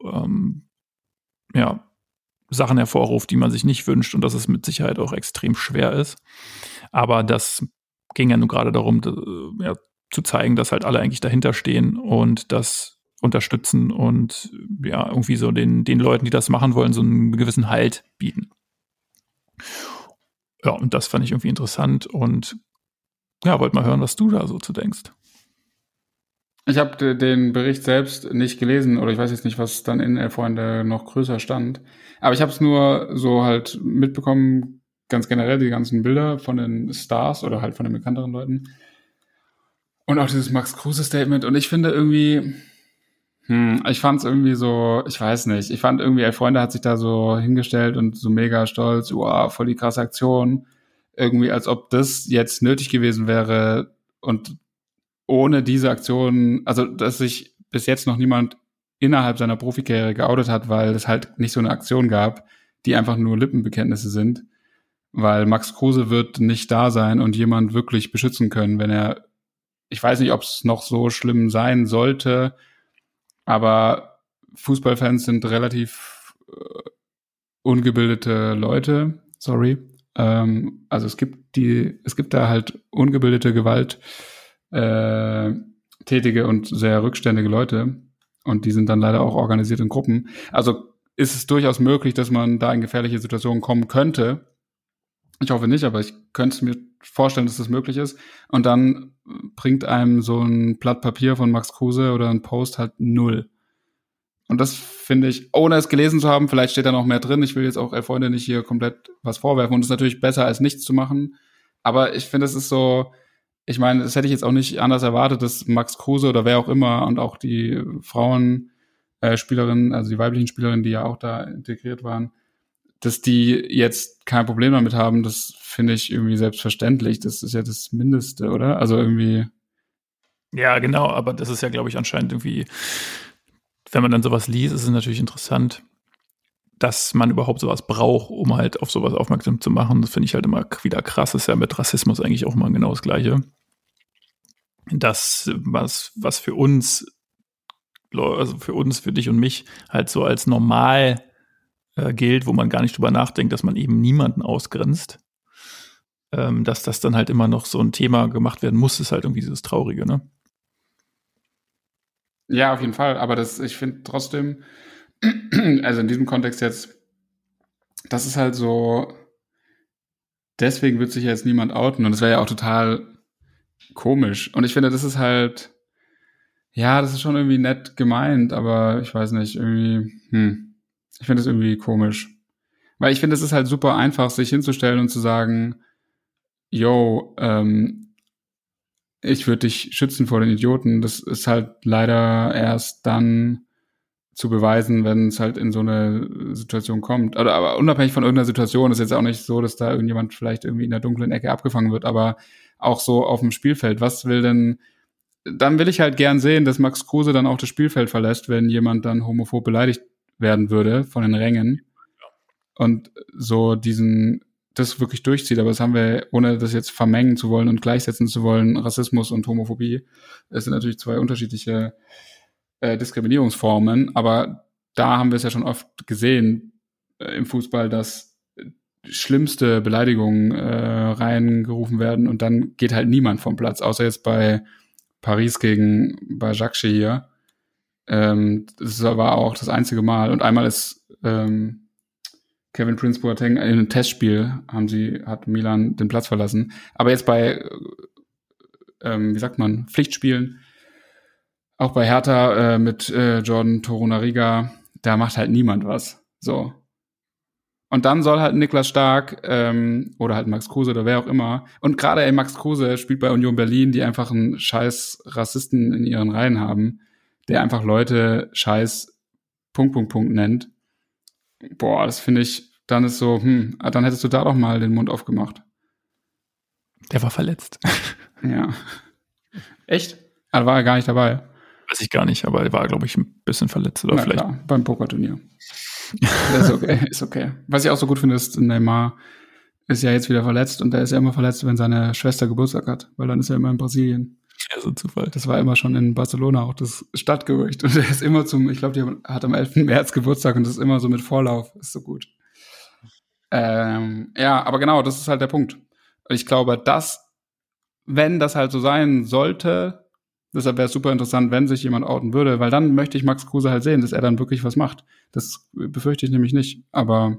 Sachen hervorruft, die man sich nicht wünscht und dass es mit Sicherheit auch extrem schwer ist. Aber das ging ja nun gerade darum, zu zeigen, dass halt alle eigentlich dahinter stehen und das unterstützen und ja, irgendwie so den Leuten, die das machen wollen, so einen gewissen Halt bieten. Ja, und das fand ich irgendwie interessant und ja, wollte mal hören, was du da so zu denkst. Ich habe den Bericht selbst nicht gelesen oder ich weiß jetzt nicht, was dann in Elf Freunde noch größer stand. Aber ich habe es nur so halt mitbekommen, ganz generell die ganzen Bilder von den Stars oder halt von den bekannteren Leuten. Und auch dieses Max Kruse-Statement. Und ich finde irgendwie, ich fand es irgendwie so, ich weiß nicht, ich fand irgendwie, Elf Freunde hat sich da so hingestellt und so mega stolz, voll die krasse Aktion. Irgendwie, als ob das jetzt nötig gewesen wäre und ohne diese Aktion, also dass sich bis jetzt noch niemand innerhalb seiner Profikarriere geoutet hat, weil es halt nicht so eine Aktion gab, die einfach nur Lippenbekenntnisse sind, weil Max Kruse wird nicht da sein und jemand wirklich beschützen können, wenn er, ich weiß nicht, ob es noch so schlimm sein sollte, aber Fußballfans sind relativ ungebildete Leute, sorry. Also es gibt da halt ungebildete tätige und sehr rückständige Leute und die sind dann leider auch organisiert in Gruppen. Also ist es durchaus möglich, dass man da in gefährliche Situationen kommen könnte. Ich hoffe nicht, aber ich könnte mir vorstellen, dass das möglich ist. Und dann bringt einem so ein Blatt Papier von Max Kruse oder ein Post halt 0. Und das finde ich, ohne es gelesen zu haben, vielleicht steht da noch mehr drin. Ich will jetzt auch Elf Freunde nicht hier komplett was vorwerfen und es ist natürlich besser, als nichts zu machen. Aber ich finde, es ist so, ich meine, das hätte ich jetzt auch nicht anders erwartet, dass Max Kruse oder wer auch immer und auch die Frauenspielerinnen, also die weiblichen Spielerinnen, die ja auch da integriert waren, dass die jetzt kein Problem damit haben, das finde ich irgendwie selbstverständlich. Das ist ja das Mindeste, oder? Also irgendwie. Ja, genau, aber das ist ja, glaube ich, anscheinend irgendwie, wenn man dann sowas liest, ist es natürlich interessant, dass man überhaupt sowas braucht, um halt auf sowas aufmerksam zu machen. Das finde ich halt immer wieder krass. Das ist ja mit Rassismus eigentlich auch mal genau das Gleiche. Das, was für uns, also für dich und mich, halt so als normal gilt, wo man gar nicht drüber nachdenkt, dass man eben niemanden ausgrenzt, dass das dann halt immer noch so ein Thema gemacht werden muss, ist halt irgendwie dieses Traurige, ne? Ja, auf jeden Fall. Aber ich finde trotzdem, also in diesem Kontext jetzt, das ist halt so, deswegen wird sich jetzt niemand outen und das wäre ja auch total komisch. Und ich finde, das ist halt, ja, das ist schon irgendwie nett gemeint, aber ich weiß nicht, irgendwie, ich finde das irgendwie komisch. Weil ich finde, es ist halt super einfach, sich hinzustellen und zu sagen, yo, ich würde dich schützen vor den Idioten. Das ist halt leider erst dann zu beweisen, wenn es halt in so eine Situation kommt. Aber unabhängig von irgendeiner Situation ist jetzt auch nicht so, dass da irgendjemand vielleicht irgendwie in der dunklen Ecke abgefangen wird, aber auch so auf dem Spielfeld. Was will denn, dann will ich halt gern sehen, dass Max Kruse dann auch das Spielfeld verlässt, wenn jemand dann homophob beleidigt werden würde von den Rängen. Und so das wirklich durchzieht. Aber das haben wir, ohne das jetzt vermengen zu wollen und gleichsetzen zu wollen, Rassismus und Homophobie. Es sind natürlich zwei unterschiedliche Diskriminierungsformen, aber da haben wir es ja schon oft gesehen im Fußball, dass schlimmste Beleidigungen reingerufen werden und dann geht halt niemand vom Platz, außer jetzt bei Paris gegen Bajakce hier. Das war auch das einzige Mal. Und einmal ist Kevin Prince Boateng in einem Testspiel hat Milan den Platz verlassen. Aber jetzt bei Pflichtspielen, auch bei Hertha mit Jordan Torunariga, da macht halt niemand was. So. Und dann soll halt Niklas Stark oder halt Max Kruse oder wer auch immer. Und gerade Max Kruse spielt bei Union Berlin, die einfach einen scheiß Rassisten in ihren Reihen haben, der einfach Leute scheiß ... nennt. Boah, das finde ich, dann ist so, dann hättest du da doch mal den Mund aufgemacht. Der war verletzt. Ja. Echt? Da war er gar nicht dabei. Weiß ich gar nicht, aber er war, glaube ich, ein bisschen verletzt. Oder vielleicht klar, beim Pokerturnier. Ist okay. Was ich auch so gut finde, ist, Neymar ist ja jetzt wieder verletzt und der ist ja immer verletzt, wenn seine Schwester Geburtstag hat, weil dann ist er immer in Brasilien. Ja, so ein Zufall. Das war immer schon in Barcelona auch das Stadtgerücht. Und der ist immer ich glaube, die hat am 11. März Geburtstag und das ist immer so mit Vorlauf. Ist so gut. Ja, aber genau, das ist halt der Punkt. Und ich glaube, wenn das halt so sein sollte, deshalb wäre es super interessant, wenn sich jemand outen würde, weil dann möchte ich Max Kruse halt sehen, dass er dann wirklich was macht. Das befürchte ich nämlich nicht. Aber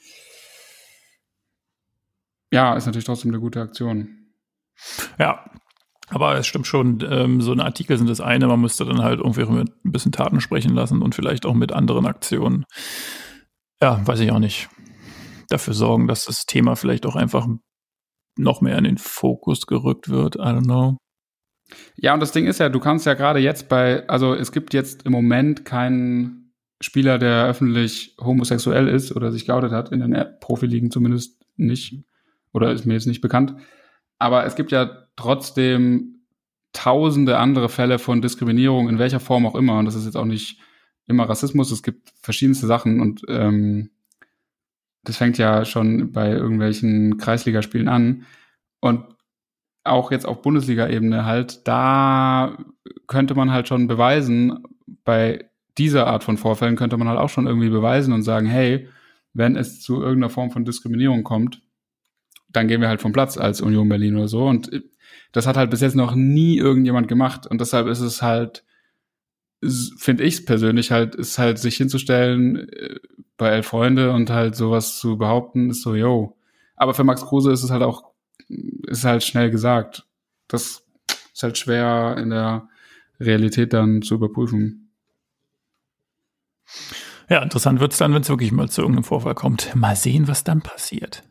ja, ist natürlich trotzdem eine gute Aktion. Ja, aber es stimmt schon, so eine Artikel sind das eine, man müsste dann halt irgendwie mit ein bisschen Taten sprechen lassen und vielleicht auch mit anderen Aktionen. Ja, weiß ich auch nicht. Dafür sorgen, dass das Thema vielleicht auch einfach noch mehr in den Fokus gerückt wird. I don't know. Ja, und das Ding ist ja, du kannst ja gerade jetzt also es gibt jetzt im Moment keinen Spieler, der öffentlich homosexuell ist oder sich geoutet hat, in den Profiligen zumindest nicht. Oder ist mir jetzt nicht bekannt. Aber es gibt ja trotzdem tausende andere Fälle von Diskriminierung, in welcher Form auch immer. Und das ist jetzt auch nicht immer Rassismus, es gibt verschiedenste Sachen. Und das fängt ja schon bei irgendwelchen Kreisligaspielen an. Und auch jetzt auf Bundesliga-Ebene halt, da könnte man halt schon beweisen, bei dieser Art von Vorfällen könnte man halt auch schon irgendwie beweisen und sagen, hey, wenn es zu irgendeiner Form von Diskriminierung kommt, dann gehen wir halt vom Platz als Union Berlin oder so. Und das hat halt bis jetzt noch nie irgendjemand gemacht. Und deshalb ist es halt, finde ich es persönlich halt, ist halt sich hinzustellen bei 11 Freunde und halt sowas zu behaupten, ist so, yo. Aber für Max Kruse ist es halt auch, ist halt schnell gesagt. Das ist halt schwer in der Realität dann zu überprüfen. Ja, interessant wird's dann, wenn es wirklich mal zu irgendeinem Vorfall kommt. Mal sehen, was dann passiert.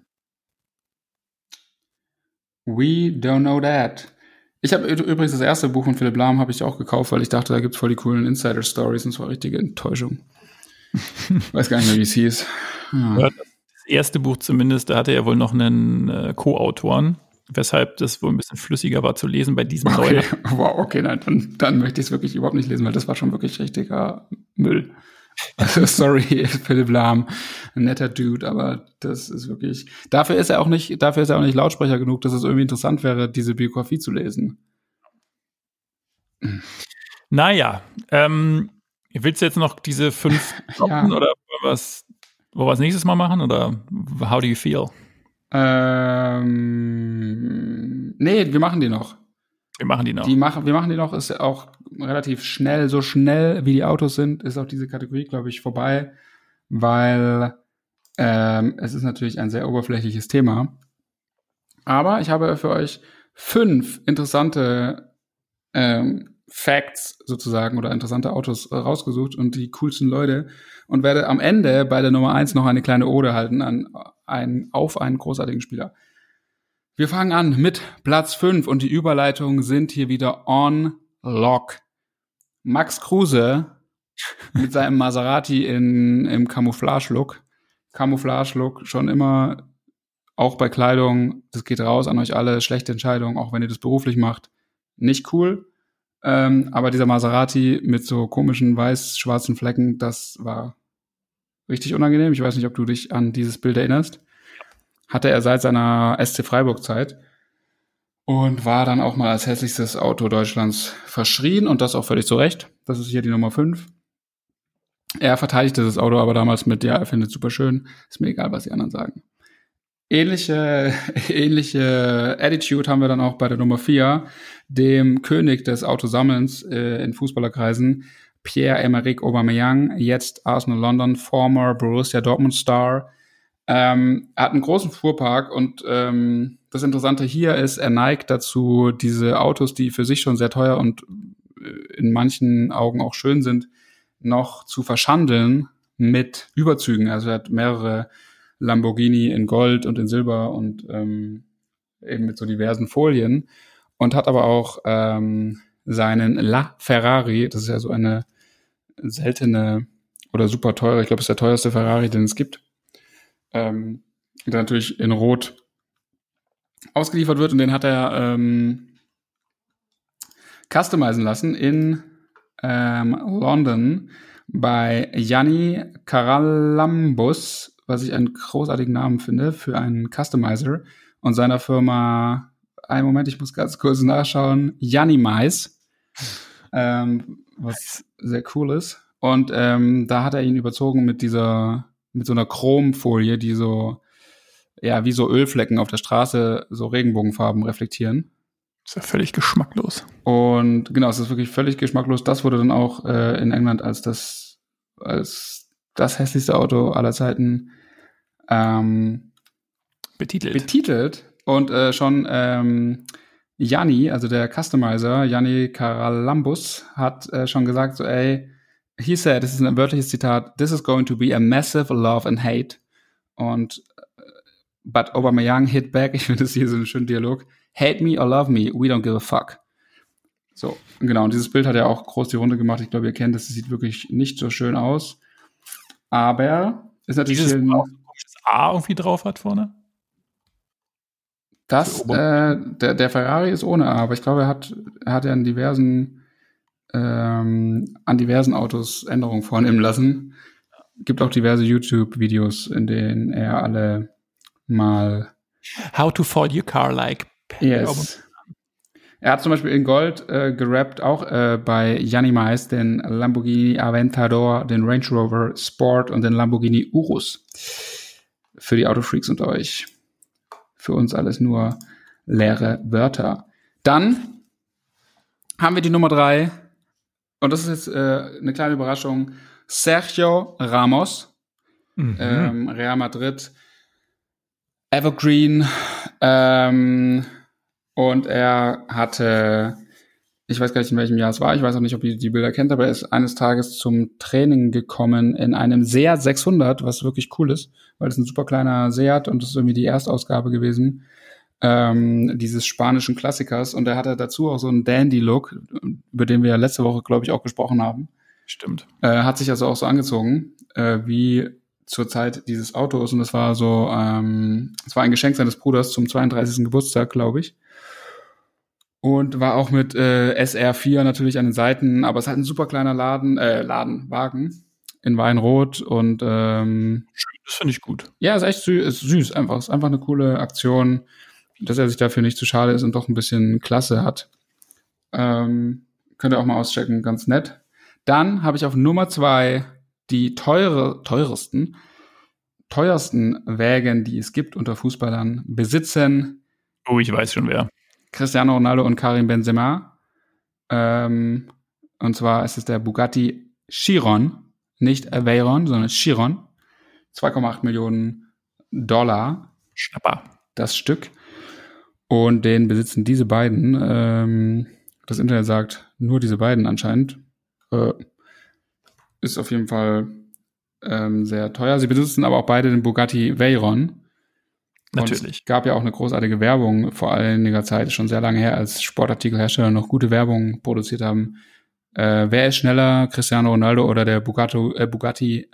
We don't know that. Ich habe übrigens das erste Buch von Philipp Lahm habe ich auch gekauft, weil ich dachte, da gibt's voll die coolen Insider-Stories und es war richtige Enttäuschung. Weiß gar nicht mehr, wie es hieß. Ja, das erste Buch zumindest, da hatte er wohl noch einen Co-Autoren, weshalb das wohl ein bisschen flüssiger war zu lesen bei diesem neuen. Wow, okay, nein, dann möchte ich es wirklich überhaupt nicht lesen, weil das war schon wirklich richtiger Müll. Also, sorry, Philipp Lahm, ein netter Dude, aber das ist wirklich, dafür ist er auch nicht Lautsprecher genug, dass es irgendwie interessant wäre, diese Biografie zu lesen. Naja, willst du jetzt noch diese 5 ja. oder wollen wir das nächstes Mal machen oder how do you feel? Nee, wir machen die noch. Wir machen die noch. Wir machen die noch, ist auch relativ schnell, so schnell wie die Autos sind, ist auch diese Kategorie, glaube ich, vorbei, weil es ist natürlich ein sehr oberflächliches Thema. Aber ich habe für euch 5 interessante Facts sozusagen oder interessante Autos rausgesucht und die coolsten Leute und werde am Ende bei der Nummer 1 noch eine kleine Ode halten auf einen großartigen Spieler. Wir fangen an mit Platz 5 und die Überleitungen sind hier wieder on lock. Max Kruse mit seinem Maserati im Camouflage-Look. Camouflage-Look schon immer, auch bei Kleidung, das geht raus an euch alle, schlechte Entscheidung, auch wenn ihr das beruflich macht. Nicht cool, aber dieser Maserati mit so komischen weiß-schwarzen Flecken, das war richtig unangenehm. Ich weiß nicht, ob du dich an dieses Bild erinnerst. Hatte er seit seiner SC Freiburg-Zeit und war dann auch mal als hässlichstes Auto Deutschlands verschrien und das auch völlig zu Recht. Das ist hier die Nummer 5. Er verteidigte das Auto aber damals mit, ja, er findet es super schön, ist mir egal, was die anderen sagen. Ähnliche Attitude haben wir dann auch bei der Nummer 4, dem König des Autosammelns in Fußballerkreisen, Pierre-Emerick Aubameyang, jetzt Arsenal London, former Borussia Dortmund Star. Er hat einen großen Fuhrpark und das Interessante hier ist, er neigt dazu, diese Autos, die für sich schon sehr teuer und in manchen Augen auch schön sind, noch zu verschandeln mit Überzügen. Also er hat mehrere Lamborghini in Gold und in Silber und eben mit so diversen Folien und hat aber auch seinen La Ferrari, das ist ja so eine seltene oder super teure, ich glaube, es ist der teuerste Ferrari, den es gibt, der natürlich in Rot ausgeliefert wird und den hat er customizen lassen in London bei Yanni Karalambus, was ich einen großartigen Namen finde für einen Customizer und seiner Firma, einen Moment, ich muss ganz kurz nachschauen, Yanni Mais, was sehr cool ist. Und da hat er ihn überzogen mit so einer Chromfolie, die so, ja, wie so Ölflecken auf der Straße so Regenbogenfarben reflektieren. Ist ja völlig geschmacklos. Und genau, es ist wirklich völlig geschmacklos. Das wurde dann auch in England als das hässlichste Auto aller Zeiten betitelt. Und schon Yanni, also der Customizer, Yanni Karalambus, hat schon gesagt, so he said, das ist ein wörtliches Zitat, this is going to be a massive love and hate. Und but Aubameyang hit back, ich finde das hier so einen schönen Dialog, hate me or love me, we don't give a fuck. So, genau, und dieses Bild hat ja auch groß die Runde gemacht. Ich glaube, ihr kennt es, sieht wirklich nicht so schön aus. Aber ist natürlich dieses ein komisches A irgendwie drauf hat vorne. Das, der Ferrari ist ohne A, aber ich glaube, er hat ja an diversen Autos Änderungen vornehmen lassen. Gibt auch diverse YouTube-Videos, in denen er alle mal How to fold your car like. Yes. Er hat zum Beispiel in Gold gerappt, auch bei Yanni Mais, den Lamborghini Aventador, den Range Rover Sport und den Lamborghini Urus. Für die Autofreaks unter euch. Für uns alles nur leere Wörter. Dann haben wir die Nummer 3. Und das ist jetzt eine kleine Überraschung. Sergio Ramos, Real Madrid, Evergreen, und er hatte, ich weiß gar nicht, in welchem Jahr es war, ich weiß auch nicht, ob ihr die Bilder kennt, aber er ist eines Tages zum Training gekommen in einem Seat 600, was wirklich cool ist, weil es ein super kleiner Seat und das ist irgendwie die Erstausgabe gewesen, dieses spanischen Klassikers. Und er hatte dazu auch so einen Dandy-Look, über den wir ja letzte Woche, glaube ich, auch gesprochen haben. Stimmt. Hat sich also auch so angezogen, wie zur Zeit dieses Autos. Und das war so, es war ein Geschenk seines Bruders zum 32. Geburtstag, glaube ich. Und war auch mit SR4 natürlich an den Seiten, aber es hat ein super kleiner Wagen in Weinrot und das finde ich gut. Ja, ist echt süß einfach. Ist einfach eine coole Aktion, dass er sich dafür nicht zu schade ist und doch ein bisschen Klasse hat. Könnt ihr auch mal auschecken, ganz nett. Dann habe ich auf Nummer 2 die teuersten Wägen, die es gibt unter Fußballern, besitzen. Oh, ich weiß schon wer. Cristiano Ronaldo und Karim Benzema. Und zwar ist es der Bugatti Chiron, nicht Veyron, sondern Chiron. 2,8 Millionen Dollar. Schnapper. Das Stück. Und den besitzen diese beiden. Das Internet sagt nur diese beiden anscheinend. Ist auf jeden Fall sehr teuer. Sie besitzen aber auch beide den Bugatti Veyron. Natürlich. Und es gab ja auch eine großartige Werbung vor einiger Zeit, schon sehr lange her, als Sportartikelhersteller noch gute Werbung produziert haben. Wer ist schneller, Cristiano Ronaldo oder der Bugatti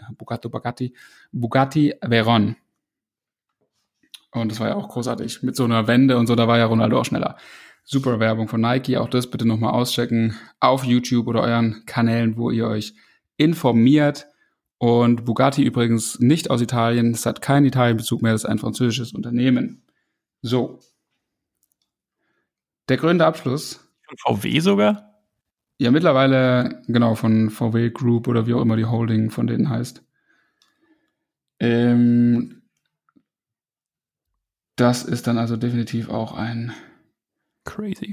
Veyron? Und das war ja auch großartig. Mit so einer Wende und so, da war ja Ronaldo auch schneller. Super Werbung von Nike. Auch das bitte nochmal auschecken auf YouTube oder euren Kanälen, wo ihr euch informiert. Und Bugatti übrigens nicht aus Italien. Es hat keinen Italien-Bezug mehr. Das ist ein französisches Unternehmen. So. Der krönende Abschluss. Von VW sogar? Ja, mittlerweile, genau, von VW Group oder wie auch immer die Holding von denen heißt. Das ist dann also definitiv auch ein crazy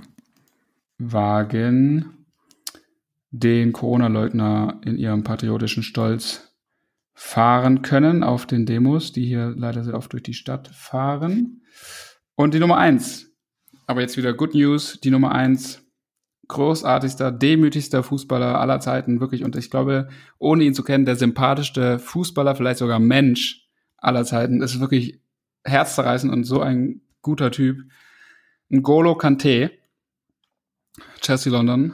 Wagen, den Corona-Leugner in ihrem patriotischen Stolz fahren können auf den Demos, die hier leider sehr oft durch die Stadt fahren. Und die Nummer 1, aber jetzt wieder Good News, die Nummer 1, großartigster, demütigster Fußballer aller Zeiten, wirklich. Und ich glaube, ohne ihn zu kennen, der sympathischste Fußballer, vielleicht sogar Mensch aller Zeiten, ist wirklich herzzerreißend und so ein guter Typ. N'Golo Kanté, Chelsea London,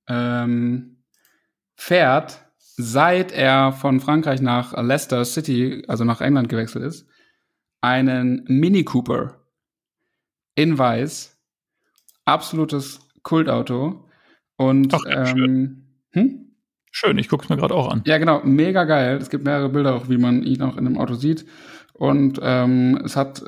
fährt, seit er von Frankreich nach Leicester City, also nach England gewechselt ist, einen Mini Cooper in weiß, absolutes Kultauto. Und schön. Schön, ich gucke es mir gerade auch an. Ja, genau, mega geil. Es gibt mehrere Bilder auch, wie man ihn auch in dem Auto sieht. Und es hat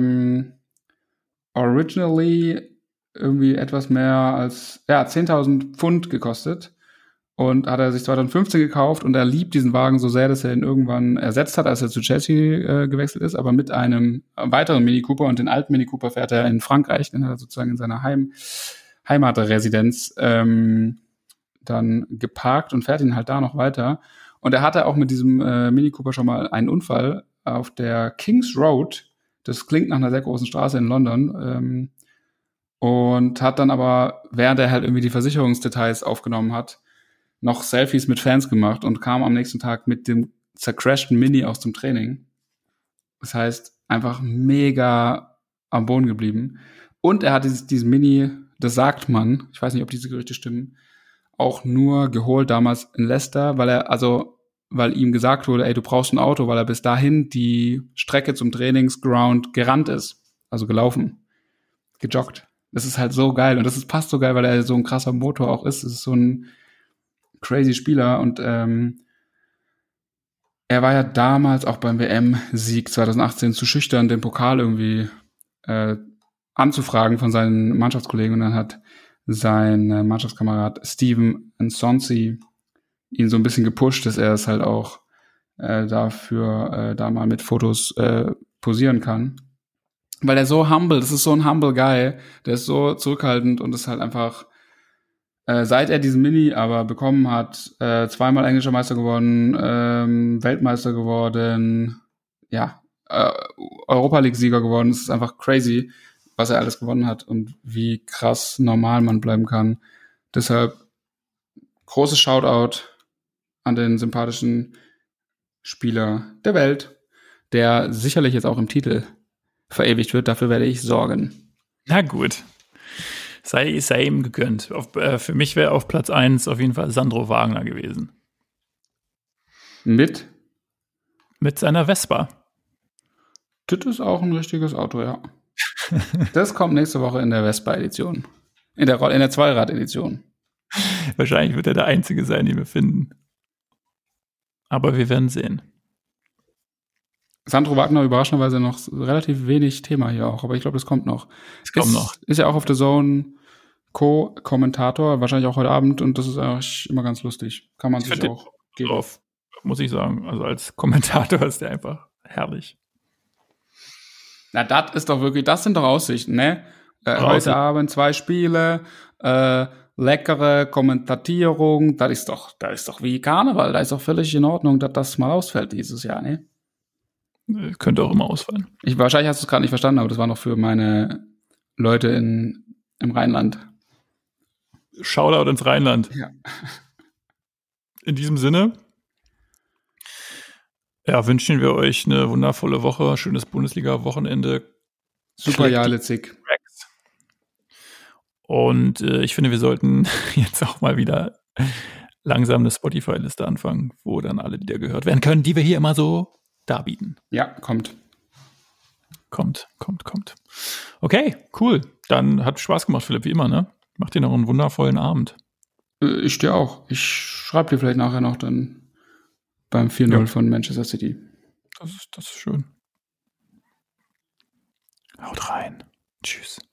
originally irgendwie etwas mehr als 10.000 Pfund gekostet. Und hat er sich 2015 gekauft und er liebt diesen Wagen so sehr, dass er ihn irgendwann ersetzt hat, als er zu Chelsea gewechselt ist, aber mit einem weiteren Mini Cooper, und den alten Mini Cooper fährt er in Frankreich, den hat er sozusagen in seiner Heimatresidenz dann geparkt und fährt ihn halt da noch weiter. Und er hatte auch mit diesem Mini Cooper schon mal einen Unfall auf der King's Road. Das klingt nach einer sehr großen Straße in London. Und hat dann aber, während er halt irgendwie die Versicherungsdetails aufgenommen hat, noch Selfies mit Fans gemacht und kam am nächsten Tag mit dem zercrashten Mini aus dem Training. Das heißt, einfach mega am Boden geblieben. Und er hat dieses Mini, das sagt man, ich weiß nicht, ob diese Gerüchte stimmen, auch nur geholt damals in Leicester, weil ihm gesagt wurde, ey, du brauchst ein Auto, weil er bis dahin die Strecke zum Trainingsground gerannt ist. Also gelaufen, gejoggt. Das ist halt so geil. Und das passt so geil, weil er so ein krasser Motor auch ist. Es ist so ein crazy Spieler. Und er war ja damals auch beim WM-Sieg 2018 zu schüchtern, den Pokal irgendwie anzufragen von seinen Mannschaftskollegen. Und dann hat sein Mannschaftskamerad Steven Nsonsi ihn so ein bisschen gepusht, dass er es halt auch dafür da mal mit Fotos posieren kann. Weil er so humble, das ist so ein humble Guy, der ist so zurückhaltend und ist halt einfach, seit er diesen Mini aber bekommen hat, zweimal englischer Meister geworden, Weltmeister geworden, Europa League-Sieger geworden. Das ist einfach crazy, was er alles gewonnen hat und wie krass normal man bleiben kann. Deshalb großes Shoutout an den sympathischen Spieler der Welt, der sicherlich jetzt auch im Titel verewigt wird. Dafür werde ich sorgen. Na gut. Sei ihm gegönnt. Für mich wäre auf Platz 1 auf jeden Fall Sandro Wagner gewesen. Mit seiner Vespa. Das ist auch ein richtiges Auto, ja. Das kommt nächste Woche in der Vespa-Edition. In der Zweirad-Edition. Wahrscheinlich wird er der Einzige sein, den wir finden. Aber wir werden sehen. Sandro Wagner überraschenderweise noch relativ wenig Thema hier auch, aber ich glaube, das kommt noch. Ist ja auch auf The Zone Co-Kommentator, wahrscheinlich auch heute Abend, und das ist eigentlich immer ganz lustig. Kann man sich auch geben. Drauf, muss ich sagen. Also als Kommentator ist der einfach herrlich. Na, das sind doch Aussichten, ne? Heute Abend 2 Spiele, leckere Kommentatierung, das ist doch wie Karneval, da ist doch völlig in Ordnung, dass das mal ausfällt dieses Jahr, ne? Könnte auch immer ausfallen. Wahrscheinlich hast du es gerade nicht verstanden, aber das war noch für meine Leute im Rheinland. Shoutout ins Rheinland. Ja. In diesem Sinne, wünschen wir euch eine wundervolle Woche, schönes Bundesliga-Wochenende. Super jahlitzig. Und ich finde, wir sollten jetzt auch mal wieder langsam eine Spotify-Liste anfangen, wo dann alle Lieder gehört werden können, die wir hier immer so darbieten. Ja, kommt. Kommt. Okay, cool. Dann hat Spaß gemacht, Philipp, wie immer, ne? Mach dir noch einen wundervollen Abend. Ich dir auch. Ich schreibe dir vielleicht nachher noch dann beim 4-0 von Manchester City. Das ist schön. Haut rein. Tschüss.